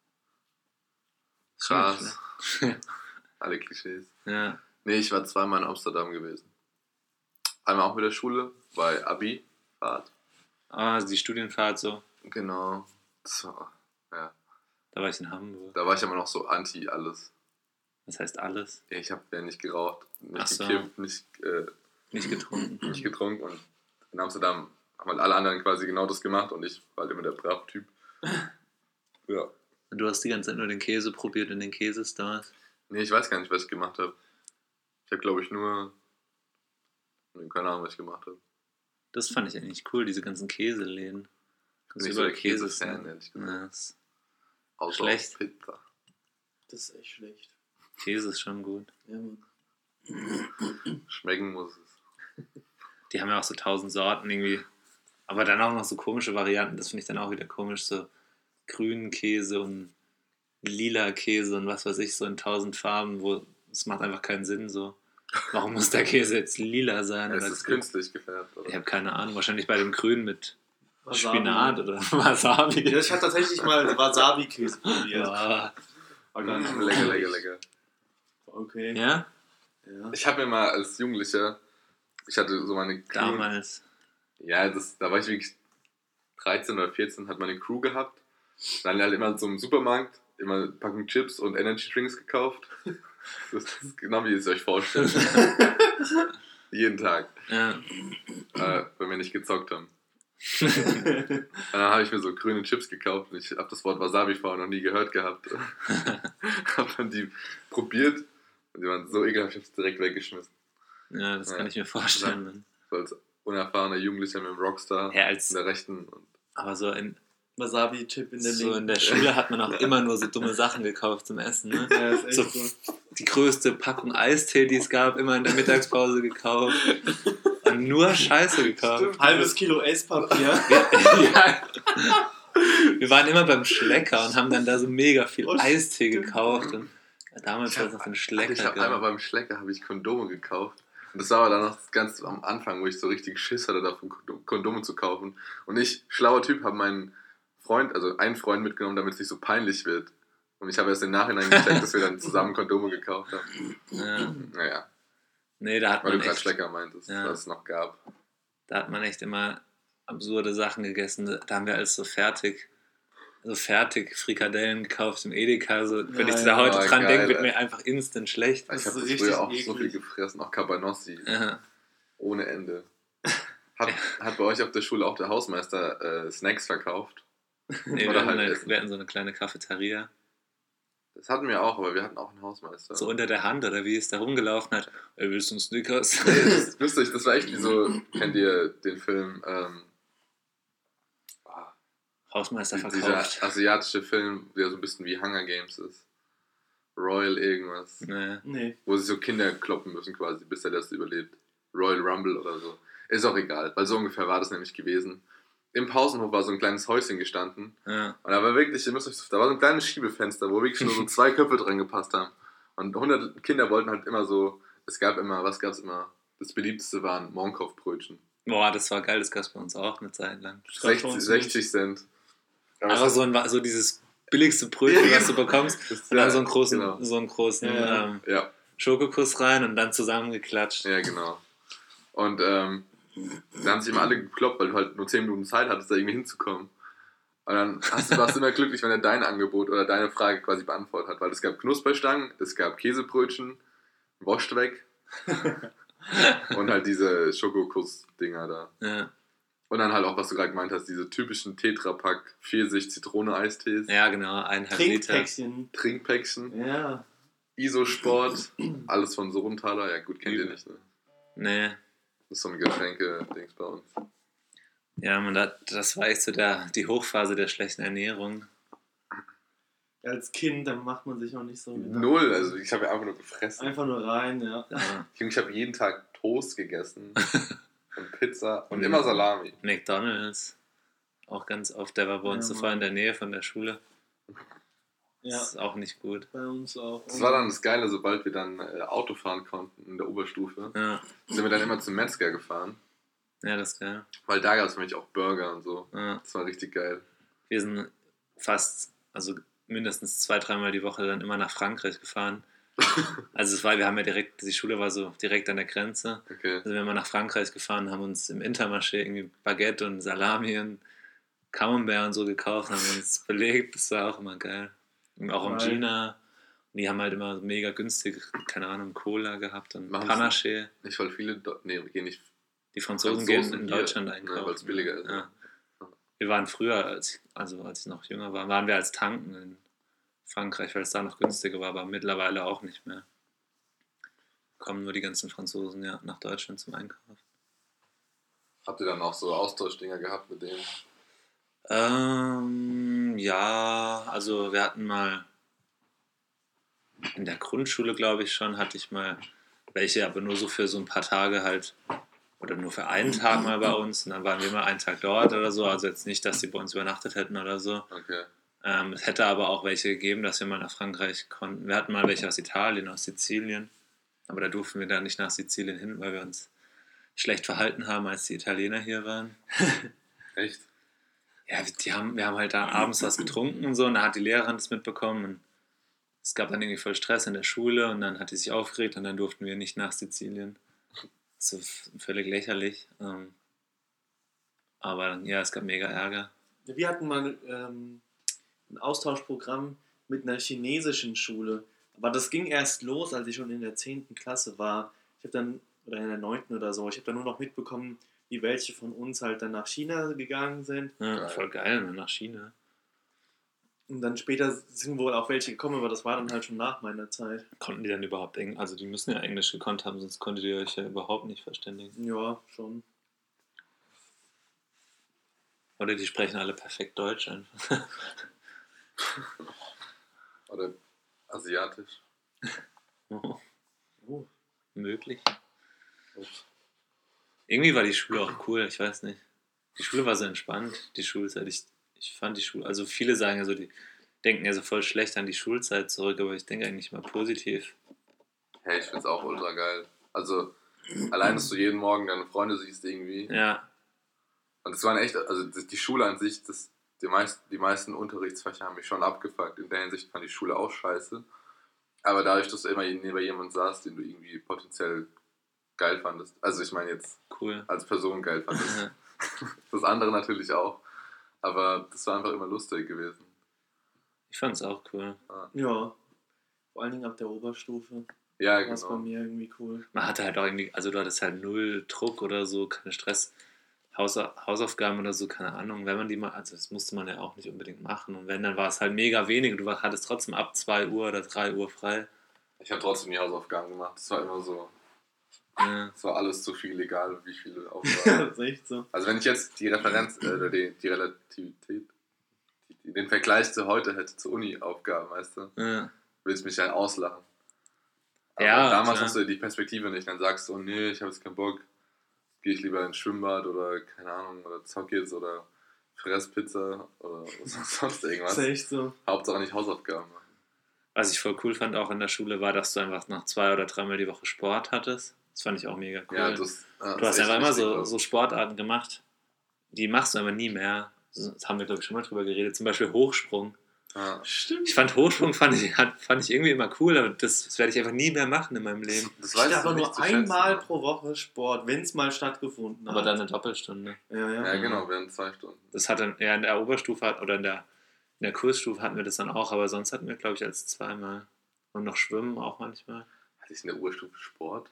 Krass. Alle Klischees. Ja, Nee, ich war zweimal in Amsterdam gewesen. Einmal auch mit der Schule, bei Abi-Fahrt. ah, die Studienfahrt so, Genau. Das war, ja. da war ich in Hamburg. Da war ich aber noch so anti alles. Das heißt alles. Ich habe ja nicht geraucht, nicht Ach so. gekifft, nicht, äh, Nicht getrunken. nicht getrunken. Und in Amsterdam haben halt alle anderen quasi genau das gemacht und ich war halt immer der brave Typ. Ja. Und du hast die ganze Zeit nur den Käse probiert in den Käsestores. Nee, ich weiß gar nicht, was ich gemacht habe. Ich habe, glaube ich, nur... Nee, keine Ahnung, was ich gemacht habe. Das fand ich eigentlich cool, diese ganzen Käseläden. Ich bin nicht so der Käsefan, essen. ehrlich gesagt. Ja, das- Außer schlecht. auf Pizza. Das ist echt schlecht. Käse ist schon gut. Ja, Mann. Schmecken muss es. Die haben ja auch so tausend Sorten irgendwie. Aber dann auch noch so komische Varianten. Das finde ich dann auch wieder komisch. So grünen Käse und lila Käse und was weiß ich, so in tausend Farben, wo es macht einfach keinen Sinn so. Warum muss der Käse jetzt lila sein? Es Oder ist künstlich gefärbt, oder? ich habe keine Ahnung. Wahrscheinlich bei dem Grün mit Wasabi. Spinat oder Wasabi. Ja, ich habe tatsächlich mal Wasabi-Käse probiert. Ja. War gar nicht Mm, so lecker, schlecht. lecker, lecker. Okay. ja? Ja. Ich habe mir mal als Jugendlicher, ich hatte so meine Crew, Damals. ja, das, da war ich wirklich dreizehn oder vierzehn, hat meine Crew gehabt. Dann halt immer so im Supermarkt, immer eine Packung Chips und Energy Drinks gekauft. Das ist genau wie ihr es euch vorstellt. Jeden Tag, Ja. äh, wenn wir nicht gezockt haben. Und dann habe ich mir so grüne Chips gekauft und ich habe das Wort Wasabi vorher noch nie gehört gehabt. Habe dann die probiert und die waren so ekelhaft, ich habe es direkt weggeschmissen. ja, das Ja. kann ich mir vorstellen. Mann. So als unerfahrener Jugendlicher mit dem Rockstar Ja, als, in der rechten. Und aber so in, Wasabi-Chip in der so in linken. der Schule hat man auch immer nur so dumme Sachen gekauft zum Essen. Ne? Ja, ist echt So so. die größte Packung Eistee, die es gab, immer in der Mittagspause gekauft. Und nur Scheiße gekauft. Halbes Kilo Esspapier. Ja. Wir waren immer beim Schlecker und haben dann da so mega viel Oh, Eistee stimmt. gekauft. Und damals Ich war hab- es noch so ein ich Schlecker. habe einmal gehabt. beim Schlecker habe ich Kondome gekauft. Und das war aber dann noch ganz am Anfang, wo ich so richtig Schiss hatte, davon Kondom- Kondome zu kaufen. Und ich, schlauer Typ, habe meinen Freund, also einen Freund mitgenommen, damit es nicht so peinlich wird. Und ich habe erst im Nachhinein gecheckt, dass wir dann zusammen Kondome gekauft haben. Ja. Naja, Nee, da hat weil du man gerade echt, Schlecker meintest, Ja. was es noch gab. da hat man echt immer absurde Sachen gegessen. Da haben wir alles so fertig, so fertig Frikadellen gekauft im Edeka. So, wenn Ja, ich da ja. heute Oh, dran geil, denke, wird ey. mir einfach instant schlecht. Ich ist habe so das richtig früher auch so eklig. viel gefressen, auch Cabanossi, Ja. ohne Ende. Hat, hat bei euch auf der Schule auch der Hausmeister äh, Snacks verkauft? Nee, Oder wir, hatten halt eine, Essen. wir hatten so eine kleine Cafeteria. Das hatten wir auch, aber wir hatten auch einen Hausmeister. So unter der Hand oder wie es da rumgelaufen hat. Ey, willst du einen Snickers? Nee, das ist lustig, das war echt wie so, kennt ihr den Film, ähm, ah, Hausmeister dieser verkauft. asiatische Film, der so ein bisschen wie Hunger Games ist. Royal irgendwas. Nee. Nee. Wo sich so Kinder kloppen müssen quasi, bis der das überlebt. Royal Rumble oder so. Ist auch egal, weil so ungefähr war das nämlich gewesen. Im Pausenhof war so ein kleines Häuschen gestanden. Ja. Und da war wirklich, ihr müsst euch, da war so ein kleines Schiebefenster, wo wirklich nur so zwei Köpfe dran gepasst haben. Und hundert Kinder wollten halt immer so, es gab immer, was gab es immer? Das beliebteste waren Monkaufbrötchen. Boah, das war geil, das gab es bei uns auch eine Zeit lang. Das gab's bei uns sechzig, nicht. sechzig Cent. Aber Aber es so, ein, so dieses billigste Brötchen, Ja, was du bekommst, Das- und dann ja, so einen großen, genau. so einen großen Ja. ähm, Ja, Schokokuss rein und dann zusammengeklatscht. ja, genau. Und ähm, da haben sich immer alle gekloppt, weil du halt nur zehn Minuten Zeit hattest, da irgendwie hinzukommen. Und dann hast du, warst du immer glücklich, wenn er dein Angebot oder deine Frage quasi beantwortet hat, weil es gab Knusperstangen, es gab Käsebrötchen, Woscht weg und halt diese Schokokuss-Dinger da. Ja. Und dann halt auch, was du gerade gemeint hast, diese typischen Tetrapack Pfirsich-Zitrone-Eistees, ja, genau, eineinhalb Liter. Trinkpäckchen. Trinkpäckchen, Ja. Isosport, alles von Sorenthaler. Ja gut, kennt ihr nicht, ne? Nee. Das ist so ein Getränke-Dings bei uns. Ja, man, das, das war echt so der, die Hochphase der schlechten Ernährung. Als Kind, dann macht man sich auch nicht so. Gedanken. Null, also ich habe ja einfach nur gefressen. Einfach nur rein, ja. Ja. Ich habe jeden Tag Toast gegessen und Pizza und Mhm. immer Salami. McDonalds, auch ganz oft, der war bei uns Ja, sofort Mann. in der Nähe von der Schule. Ja, Das ist auch nicht gut. bei uns auch. Das war dann das Geile, sobald wir dann äh, Auto fahren konnten in der Oberstufe, Ja, sind wir dann immer zum Metzger gefahren, ja das ist geil. weil da gab es nämlich auch Burger und so. Ja. Das war richtig geil. Wir sind fast, also mindestens zwei, dreimal die Woche dann immer nach Frankreich gefahren. Also es war, wir haben ja direkt, die Schule war so direkt an der Grenze. Okay. Also wir sind immer nach Frankreich gefahren, haben uns im Intermarché irgendwie Baguette und Salami und Camembert und so gekauft, haben uns belegt, das war auch immer geil. Und auch Geil. Angina. Und die haben halt immer mega günstig, keine Ahnung, Cola gehabt und Machen Panaché. Nicht, weil viele, Do- nee, wir gehen nicht, Die Franzosen, Franzosen gehen in hier, Deutschland ne, einkaufen. weil's billiger ist. Ja. Wir waren früher, als ich, also als ich noch jünger war, waren wir als Tanken in Frankreich, weil es da noch günstiger war, aber mittlerweile auch nicht mehr. Kommen nur die ganzen Franzosen ja nach Deutschland zum Einkaufen. habt ihr dann auch so Austauschdinger gehabt mit denen? Ähm, ja, also wir hatten mal in der Grundschule, glaube ich schon, hatte ich mal welche, aber nur so für so ein paar Tage halt, oder nur für einen Tag mal bei uns und dann waren wir mal einen Tag dort oder so, also jetzt nicht, dass sie bei uns übernachtet hätten oder so. Okay. Ähm, es hätte aber auch welche gegeben, dass wir mal nach Frankreich konnten. Wir hatten mal welche aus Italien, aus Sizilien, Aber da durften wir dann nicht nach Sizilien hin, weil wir uns schlecht verhalten haben, als die Italiener hier waren. Echt? Ja, die haben, wir haben halt da abends was getrunken und so, und da hat die Lehrerin das mitbekommen und es gab dann irgendwie voll Stress in der Schule und dann hat die sich aufgeregt und dann durften wir nicht nach Sizilien. So völlig lächerlich. Ähm, aber ja, es gab mega Ärger. Wir hatten mal ähm, ein Austauschprogramm mit einer chinesischen Schule. Aber das ging erst los, als ich schon in der zehnten Klasse war. Ich habe dann, oder in der neunten oder so, ich habe dann nur noch mitbekommen, wie welche von uns halt dann nach China gegangen sind. Ja, Geil. voll geil, ne, nach China. Und dann später sind wohl auch welche gekommen, aber das war dann halt schon nach meiner Zeit. Konnten die dann überhaupt Englisch? Also die müssen ja Englisch gekonnt haben, sonst konntet ihr euch ja überhaupt nicht verständigen. Ja, schon. Oder die sprechen alle perfekt Deutsch einfach. Oder asiatisch. Oh, Oh. möglich. Ups. Irgendwie war die Schule auch cool, ich weiß nicht. Die Schule war so entspannt, die Schulzeit. Ich, ich fand die Schule, also viele sagen ja so, die denken ja so voll schlecht an die Schulzeit zurück, aber ich denke eigentlich mal positiv. Hey, ich find's auch ultra geil. Also, allein, dass du jeden Morgen deine Freunde siehst irgendwie. Ja, Und es waren echt, also das- die Schule an sich, das, die, meist, die meisten Unterrichtsfächer haben mich schon abgefuckt. In der Hinsicht fand die Schule auch scheiße. Aber dadurch, dass du immer neben jemandem saßt, den du irgendwie potenziell geil fandest. Also ich meine jetzt cool. als Person geil fandest. Ja. Das andere natürlich auch. Aber das war einfach immer lustig gewesen. Ich fand es auch cool. Ja. Vor allen Dingen ab der Oberstufe Ja, war es bei genau. mir irgendwie cool. Man hatte halt auch irgendwie, also du hattest halt null Druck oder so, keinen Stress. Hausa- Hausaufgaben oder so, keine Ahnung, wenn man die mal, also das musste man ja auch nicht unbedingt machen. Und wenn, dann war es halt mega wenig. Du war- hattest trotzdem ab zwei Uhr oder drei Uhr frei. Ich habe trotzdem die Hausaufgaben gemacht. Das war immer so, Ja. es war alles zu viel, egal wie viele das Aufgaben. ist echt so. Also wenn ich jetzt die Referenz, äh, oder die, die Relativität, die, den Vergleich zu heute hätte, zu Uni-Aufgaben, weißt du, Ja. würde ich mich ja auslachen. Aber Ja, damals klar. hast du die Perspektive nicht, dann sagst du, oh nee, ich habe jetzt keinen Bock, gehe ich lieber ins Schwimmbad oder, keine Ahnung, oder zock jetzt oder fress Pizza oder sonst Das irgendwas. ist echt so. Hauptsache nicht Hausaufgaben machen. Was ich voll cool fand auch in der Schule war, dass du einfach noch zwei oder dreimal die Woche Sport hattest. Das fand ich auch mega cool. Ja, das, äh, du hast ist echt einfach immer wichtig, so, glaub ich. so Sportarten gemacht, die machst du aber nie mehr. Das haben wir, glaube ich, schon mal drüber geredet. Zum Beispiel Hochsprung. Ja. Stimmt. Ich fand Hochsprung fand ich, hat, fand ich irgendwie immer cool, aber das, das werde ich einfach nie mehr machen in meinem Leben. Das Ich weißt aber du nicht nur zu einmal schätzen. pro Woche Sport, wenn es mal stattgefunden hat. Aber dann eine Doppelstunde. Ja, ja. Ja, genau, während zwei Stunden. Das hat dann, ja, in der Oberstufe hat, oder in der, in der Kursstufe hatten wir das dann auch, aber sonst hatten wir, glaube ich, als zweimal. Und noch Schwimmen auch manchmal. Hatte ich in der Oberstufe Sport?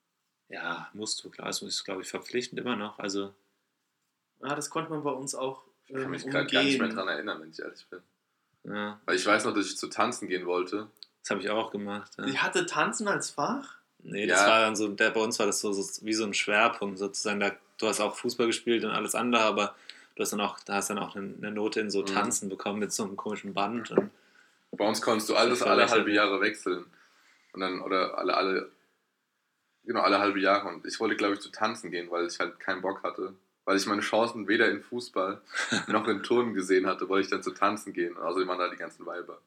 Ja, musst du, klar, das ist, glaube ich, verpflichtend immer noch. Also, Ja, das konnte man bei uns auch Ich kann ähm, mich gerade gar nicht mehr umgehen. dran erinnern, wenn ich ehrlich bin. ja, Weil ich weiß noch, dass ich zu tanzen gehen wollte. das habe ich auch gemacht. Ja. Ich hatte Tanzen als Fach. Nee, das Ja. war dann so, der, bei uns war das so, so wie so ein Schwerpunkt sozusagen. Da, du hast auch Fußball gespielt und alles andere, aber du hast dann auch, da hast dann auch eine, eine Note in so Mhm. Tanzen bekommen mit so einem komischen Band. Und, Bei uns konntest du alles Das war alle halbe lächerlich. Jahre wechseln. Und dann, oder alle, alle, genau, alle halbe Jahre. Und ich wollte, glaube ich, zu tanzen gehen, weil ich halt keinen Bock hatte. Weil ich meine Chancen weder in Fußball noch in Turnen gesehen hatte, wollte ich dann zu tanzen gehen. Und außerdem waren da die ganzen Weiber.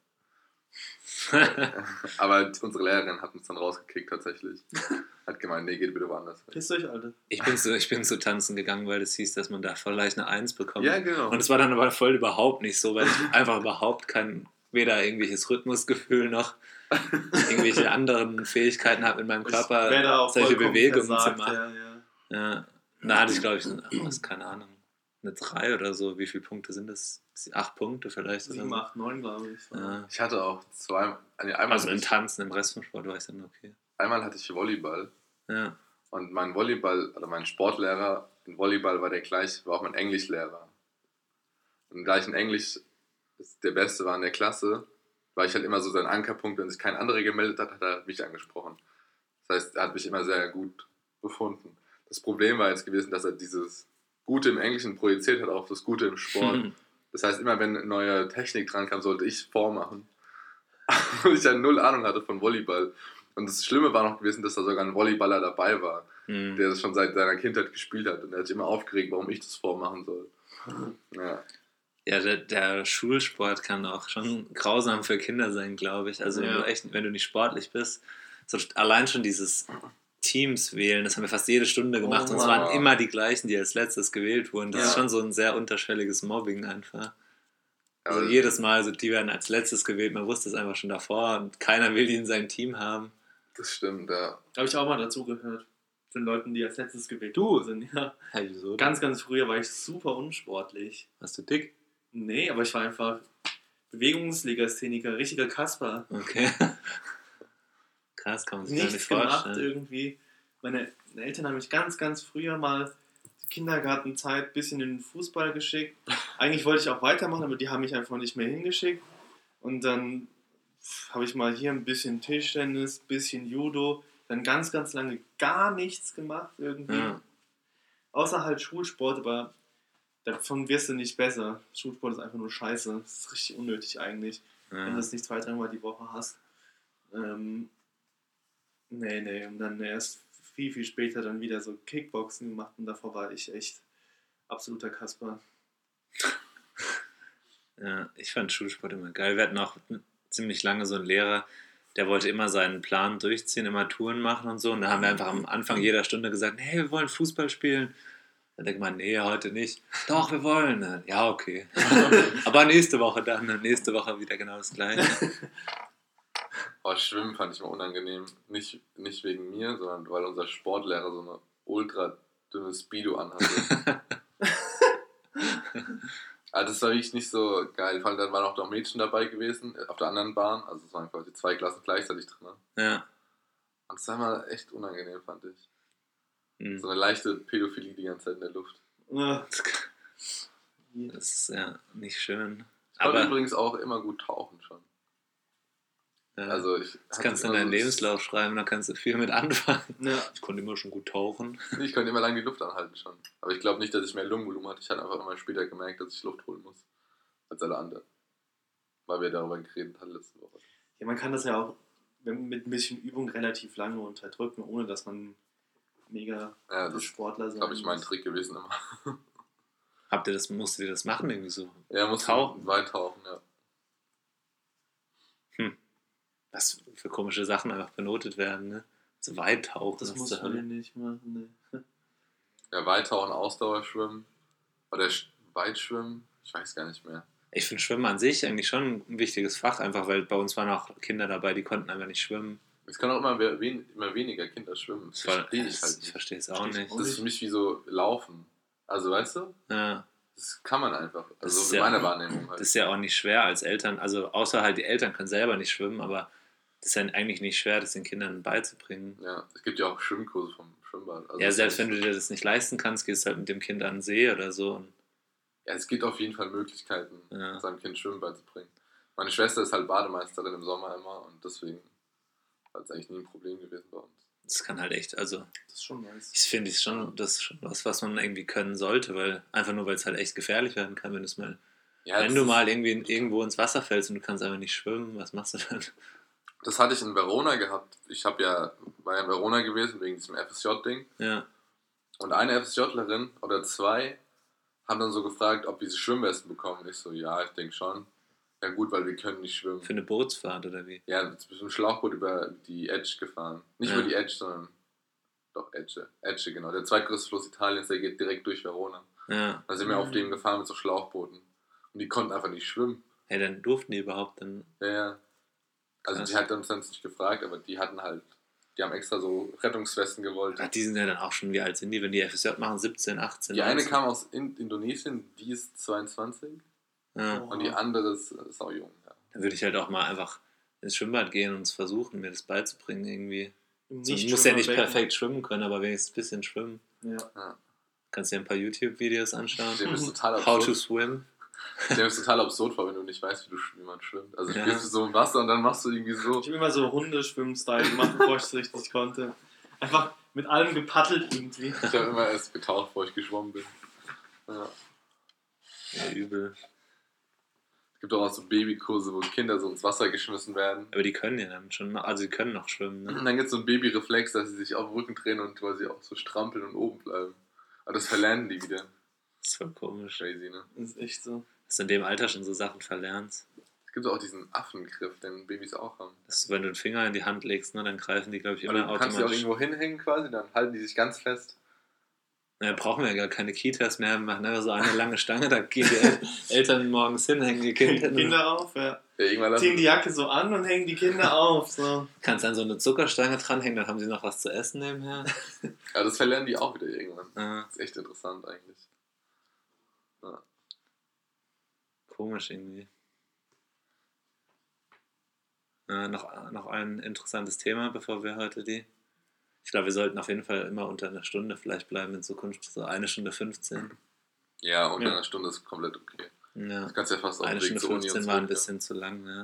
Aber unsere Lehrerin hat uns dann rausgekickt tatsächlich. Hat gemeint, nee, geht bitte woanders hin. Pisst euch, Alter. ich, bin zu, ich bin zu tanzen gegangen, weil es hieß, dass man da vielleicht eine Eins bekommt. Ja, genau. Und es war dann aber voll überhaupt nicht so, weil ich einfach überhaupt kein, weder irgendwelches Rhythmusgefühl noch irgendwelche anderen Fähigkeiten habe in meinem Körper, wär da auch solche vollkommen Bewegungen versagt, zu machen. Ja, ja. Ja, da hatte ich, glaube ich, eine, was, keine Ahnung, eine drei oder so. Wie viele Punkte sind das? Acht Punkte vielleicht? Oder sieben, so. acht, neun, glaube ich. Ja. Ich hatte auch zwei, nee, einmal, Also hatte im ich, Tanzen, im Rest vom Sport war ich dann okay. einmal hatte ich Volleyball. Ja. Und mein Volleyball, oder mein Sportlehrer in Volleyball war der gleich, war auch mein Englischlehrer. Und da ich in Englisch der Beste war in der Klasse, war ich halt immer so sein Ankerpunkt. Wenn sich kein anderer gemeldet hat, hat er mich angesprochen. Das heißt, er hat mich immer sehr gut befunden. Das Problem war jetzt gewesen, dass er dieses Gute im Englischen projiziert hat auf das Gute im Sport. Das heißt, immer wenn eine neue Technik dran kam, sollte ich vormachen. Und ich halt null Ahnung hatte von Volleyball. Und das Schlimme war noch gewesen, dass da sogar ein Volleyballer dabei war, Hm. der das schon seit seiner Kindheit gespielt hat. Und er hat sich immer aufgeregt, warum ich das vormachen soll. Ja, Ja, der, der Schulsport kann auch schon grausam für Kinder sein, glaube ich. Also wenn Ja. du echt, wenn du nicht sportlich bist, so allein schon dieses Teams wählen, das haben wir fast jede Stunde gemacht Oh, und es wow. waren immer die gleichen, die als letztes gewählt wurden. Das Ja. ist schon so ein sehr unterschwelliges Mobbing einfach. Also Aber- jedes Mal, so, die werden als letztes gewählt, man wusste es einfach schon davor und keiner will die in seinem Team haben. Das stimmt, ja. Habe ich auch mal dazu gehört. Den Leuten, die als letztes gewählt du sind. Ja. Hey, wieso? Ganz, ganz früher war ich super unsportlich. Hast du dick? Nee, aber ich war einfach Bewegungslegastheniker, richtiger Kasper. Okay. Krass, kann man sich gar nicht Nichts gemacht vorstellen. irgendwie. Meine Eltern haben mich ganz, ganz früher mal die Kindergartenzeit ein bisschen in den Fußball geschickt. Eigentlich wollte ich auch weitermachen, aber die haben mich einfach nicht mehr hingeschickt. Und dann habe ich mal hier ein bisschen Tischtennis, ein bisschen Judo, dann ganz, ganz lange gar nichts gemacht irgendwie. Ja. Außer halt Schulsport, aber davon wirst du nicht besser. Schulsport ist einfach nur scheiße. Das ist richtig unnötig eigentlich, wenn du Ja. das nicht zwei, dreimal die Woche hast. Ähm, nee, nee, und dann erst viel, viel später dann wieder so Kickboxen gemacht und davor war ich echt absoluter Kasper. Ja, ich fand Schulsport immer geil. Wir hatten auch ziemlich lange so einen Lehrer, der wollte immer seinen Plan durchziehen, immer Touren machen und so. Und da haben wir einfach am Anfang jeder Stunde gesagt, hey, wir wollen Fußball spielen. Dann denkt man, nee, heute nicht. Doch, wir wollen. Dann, ja, okay. Aber nächste Woche dann. Und nächste Woche wieder genau das Gleiche. Oh, Schwimmen fand ich mal unangenehm. Nicht, nicht wegen mir, sondern weil unser Sportlehrer so eine ultra dünne Speedo anhatte. Also das war wirklich nicht so geil. Vor allem dann waren auch noch Mädchen dabei gewesen, auf der anderen Bahn. Also es waren quasi zwei Klassen gleichzeitig drin. Ja. Und das war mal echt unangenehm, fand ich. Hm. So eine leichte Pädophilie die ganze Zeit in der Luft. Ja. Das ist ja nicht schön. Ich konnte Aber übrigens auch immer gut tauchen schon. ja, Also ich das hatte kannst du in immer deinen so- Lebenslauf schreiben, da kannst du viel mit anfangen. Ja. Ich konnte immer schon gut tauchen. Ich konnte immer lange die Luft anhalten schon. Aber ich glaube nicht, dass ich mehr Lungenvolumen hatte. Ich hatte einfach immer später gemerkt, dass ich Luft holen muss. Als alle anderen. Weil wir darüber geredet hatten letzte Woche. Ja, man kann das ja auch wenn- mit ein bisschen Übung relativ lange unterdrücken, ohne dass man mega Ja, das ist, Sportler sein glaube ich, mein muss. Trick gewesen immer. Habt ihr das, musstet ihr das machen irgendwie so? Ja, muss Tauchen? weit tauchen, ja. Was für komische Sachen einfach benotet werden, ne? So weit tauchen. Das was muss zur Hölle. man nicht machen. Nee. Ja, Weittauchen, Ausdauerschwimmen. Oder Sch- Weitschwimmen. Ich weiß gar nicht mehr. Ich finde Schwimmen an sich eigentlich schon ein wichtiges Fach, einfach weil bei uns waren auch Kinder dabei, die konnten einfach nicht schwimmen. Es können auch immer, we- wen, immer weniger Kinder schwimmen. Das Das war- verstehe ich halt ich nicht. verstehe es auch Verstehe ich nicht. auch. Das ist für mich wie so Laufen. Also, weißt du? Ja, Das kann man einfach. Das Also ist in ja- meiner Wahrnehmung halt. das ist ja auch nicht schwer als Eltern, also außer halt die Eltern können selber nicht schwimmen, aber das ist ja eigentlich nicht schwer, das den Kindern beizubringen. Ja, es gibt ja auch Schwimmkurse vom Schwimmbad. Also Ja, es selbst ist- wenn du dir das nicht leisten kannst, gehst du halt mit dem Kind an den See oder so. Und, Ja, es gibt auf jeden Fall Möglichkeiten, Ja. seinem Kind Schwimmen beizubringen. Meine Schwester ist halt Bademeisterin im Sommer immer und deswegen war es eigentlich nie ein Problem gewesen bei uns. das kann halt echt, also Das ist schon nice. ich finde es schon, das ist schon was, was man irgendwie können sollte, weil einfach nur, weil es halt echt gefährlich werden kann, wenn du es mal, Ja, wenn das du ist- mal irgendwie in, irgendwo ins Wasser fällst und du kannst einfach nicht schwimmen, was machst du dann? Das hatte ich in Verona gehabt. Ich hab ja, war ja in Verona gewesen wegen diesem F S J-Ding. Ja, Und eine FSJlerin oder zwei haben dann so gefragt, ob wir diese Schwimmwesten bekommen. Ich so, ja, ich denke schon. Ja gut, weil wir können nicht schwimmen. für eine Bootsfahrt oder wie? Ja, jetzt bist du mit dem Schlauchboot über die Edge gefahren. Nicht Ja. über die Edge, sondern doch Edge. Edge, genau. Der zweitgrößte Fluss Italiens, der geht direkt durch Verona. Ja, Da sind wir auf Mhm. dem gefahren mit so Schlauchbooten. Und die konnten einfach nicht schwimmen. hey, dann durften die überhaupt dann, Ja, ja. Also Krass. die hat uns dann nicht gefragt, aber die hatten halt, die haben extra so Rettungswesten gewollt. ach, die sind ja dann auch schon, wie alt sind die, wenn die F S J machen, siebzehn, achtzehn, Die eine neunzehn? kam aus in Indonesien, die ist zweiundzwanzig. Ja. Und die andere ist äh, saujung. Ja. Dann würde ich halt auch mal einfach ins Schwimmbad gehen und es versuchen, mir das beizubringen irgendwie. Im So, du musst ja nicht Nichtschwimmerbecken. perfekt schwimmen können, aber wenigstens ein bisschen schwimmen. Ja. Kannst dir ein paar YouTube-Videos anschauen. Dem ist total How to absurd. swim. Dem ist total absurd vor, wenn du nicht weißt, wie, du, wie man schwimmt. Also Ja. spielst du so im Wasser und dann machst du irgendwie so. Ich habe immer so Hundeschwimm-Style gemacht, bevor ich es richtig konnte. Einfach mit allem gepaddelt irgendwie. Ich habe immer erst getaucht, bevor ich geschwommen bin. Ja. Ja, übel. Es gibt auch so Babykurse, wo Kinder so ins Wasser geschmissen werden. Aber die können ja dann schon, noch- also die können noch schwimmen. Und Ne? dann gibt es so einen Babyreflex, dass sie sich auf den Rücken drehen und quasi auch so strampeln und oben bleiben. Aber das verlernen die wieder. Das ist voll komisch. Crazy, ne? Das ist echt so. Dass du in dem Alter schon so Sachen verlernst. Es gibt auch diesen Affengriff, den Babys auch haben. Das ist, wenn du den Finger in die Hand legst, ne, dann greifen die, glaube ich, immer Oder du kannst sie auch automatisch. irgendwo hinhängen quasi, dann halten die sich ganz fest. Ja, brauchen wir ja gar keine Kitas mehr, wir machen einfach so eine lange Stange, da gehen die El Eltern morgens hin, hängen die Kinder, Kinder auf, ja. Ja, irgendwann Ziehen lassen die Jacke so an und hängen die Kinder auf. So. kannst dann so eine Zuckerstange dranhängen, dann haben sie noch was zu essen nebenher. Ja, das verlernen die auch wieder irgendwann. Ja, Das ist echt interessant eigentlich. Ja. komisch irgendwie. Äh, noch, noch ein interessantes Thema, bevor wir heute die... Ich glaube, wir sollten auf jeden Fall immer unter einer Stunde vielleicht bleiben in Zukunft, so eine Stunde fünfzehn. Ja, unter Ja. einer Stunde ist komplett okay. Ja, Das kannst du ja fast auf eine dem Weg Stunde zur Uni und fünfzehn war ein zurück, bisschen zu lang, ja.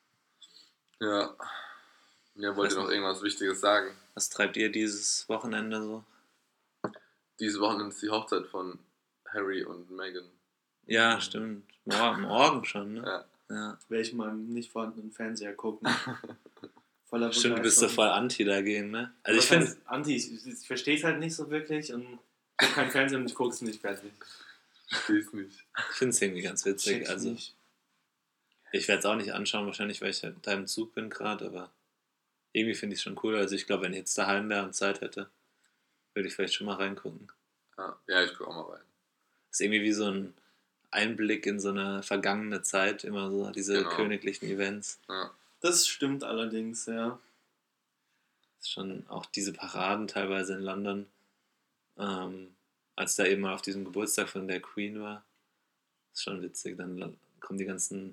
Ja. Ja, wollt ihr noch irgendwas Wichtiges sagen? Was treibt ihr dieses Wochenende so? Dieses Wochenende ist die Hochzeit von Harry und Meghan. Ja, stimmt. Morgen, morgen schon, ne? Ja. Ja. Werde ich mal im nicht vorhandenen Fernseher gucken. Voller Stimmt, du bist so Begeisterung. voll anti dagegen, ne? Also Was ich finde, heißt Anti, ich, ich verstehe es halt nicht so wirklich und ich habe keinen Fernseher und ich gucke es nicht fertig. Ich versteh's nicht. ich finde es irgendwie ganz witzig. Check's Also nicht. ich werde es auch nicht anschauen, wahrscheinlich, weil ich halt da im Zug bin gerade, aber irgendwie finde ich es schon cool. Also ich glaube, wenn ich jetzt daheim wäre und Zeit hätte, würde ich vielleicht schon mal reingucken. Ja, ja, ich guck auch mal rein. Das ist irgendwie wie so ein Einblick in so eine vergangene Zeit, immer so diese Genau. königlichen Events. Ja. Das stimmt allerdings, ja. Das ist schon auch diese Paraden teilweise in London, ähm, als da eben mal auf diesem Geburtstag von der Queen war. Das ist schon witzig. Dann kommen die ganzen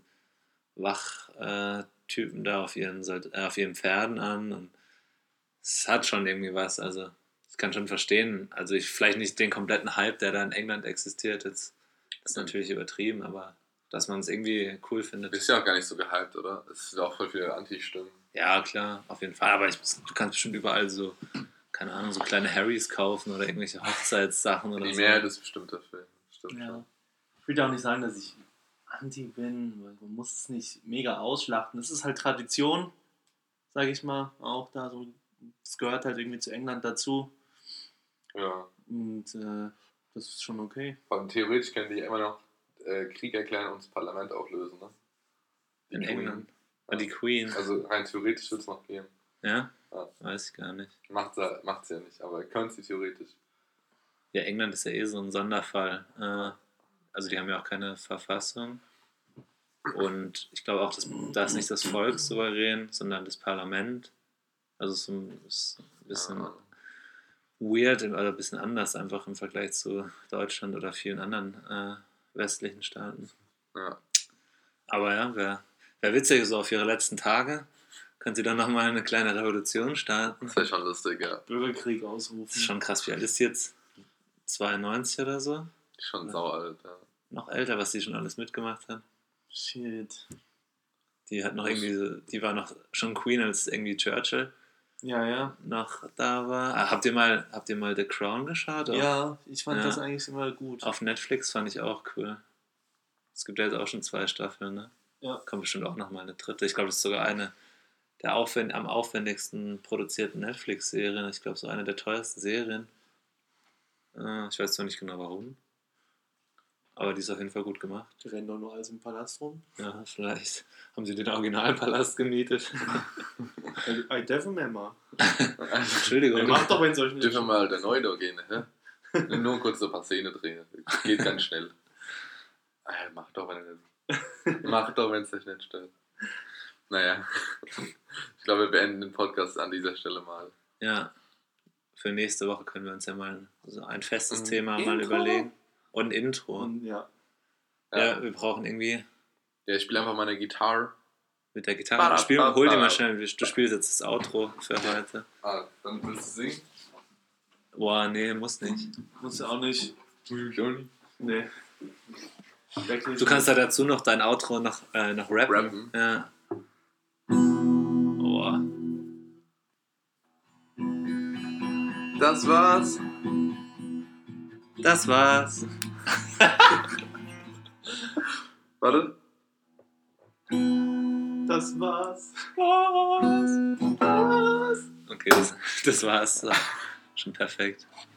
Wachtypen da auf ihren, Sold- äh, auf ihren Pferden an und es hat schon irgendwie was. Also ich kann schon verstehen, also ich vielleicht nicht den kompletten Hype, der da in England existiert, jetzt, das ist natürlich übertrieben, aber dass man es irgendwie cool findet. Ist ja auch gar nicht so gehypt, oder? Es sind auch voll viele Anti-Stimmen. Ja, klar, auf jeden Fall. Aber ich, du kannst bestimmt überall so, keine Ahnung, so kleine Harrys kaufen oder irgendwelche Hochzeitssachen oder Die so. Mehrheit ist bestimmt dafür. Stimmt ja. schon. Ich will auch nicht sagen, dass ich Anti bin, weil man muss es nicht mega ausschlachten. Das ist halt Tradition, sage ich mal, auch da so. Das gehört halt irgendwie zu England dazu Ja. und äh, das ist schon okay. Vor allem theoretisch können die immer noch äh, Krieg erklären und das Parlament auflösen, ne? Die In Queen. England. Und die Queen. Also rein theoretisch wird es noch gehen. Ja? Ja. Weiß ich gar nicht. Macht sie macht's ja nicht, aber können sie theoretisch. Ja, England ist ja eh so ein Sonderfall. Äh, also die haben ja auch keine Verfassung. Und ich glaube auch, dass, da ist nicht das Volk souverän, sondern das Parlament. Also es ist ein, ist ein bisschen Ja. weird oder ein bisschen anders einfach im Vergleich zu Deutschland oder vielen anderen äh, westlichen Staaten. Ja. Aber ja, wäre wär witzig, so auf ihre letzten Tage. Können sie dann nochmal eine kleine Revolution starten. Das wäre schon lustig, ja. Bürgerkrieg ausrufen. Das ist schon krass. Wie alt ist die jetzt? zweiundneunzig oder so? Schon saualt, ja. Noch älter, was die schon alles mitgemacht hat. Shit. Die hat noch irgendwie, so- die war noch schon Queen, als irgendwie Churchill Ja, ja. noch da war. Ah, habt ihr mal, habt ihr mal The Crown geschaut? Auf, Ja, ich fand Ja. das eigentlich immer gut. auf Netflix fand ich auch cool. Es gibt ja jetzt auch schon zwei Staffeln, ne? Ja. Kommt bestimmt auch noch mal eine dritte. Ich glaube, das ist sogar eine der aufwend am aufwendigsten produzierten Netflix-Serien. Ich glaube, so eine der teuersten Serien. Äh, ich weiß zwar nicht genau warum. Aber die ist auf jeden Fall gut gemacht. Die rennen doch nur alles im Palast rum. Ja, vielleicht haben sie den Originalpalast gemietet. I, I dürfen wir mal. Entschuldigung. Wer macht doch, wenn solche Dürfen wir mal der Neudo gehen, hä? Nur kurz so ein paar Szene drehen. Geht ganz schnell. Ah, ja, mach doch, wenn es Mach doch, wenn es dich nicht stört. Naja. Ich glaube, wir beenden den Podcast an dieser Stelle mal. Ja, für nächste Woche können wir uns ja mal so ein festes Mhm. Thema mal Intro? überlegen. Und ein Intro. Und ja. Ja. Ja. wir brauchen irgendwie Ja, ich spiele einfach meine Gitarre. mit der Gitarre. Spiel, Ba-da-ba-ba. hol die mal schnell. Du spielst jetzt das Outro für heute. Ah, dann willst du singen? Boah, nee, muss nicht. Muss ja auch nicht. Johnny. Nee. Wirklich Du kannst da dazu noch dein Outro noch, äh, noch rappen. Rappen. Ja. Boah. Das war's. Das war's. Warte. Das war's. Okay, das, das war's. Schon perfekt.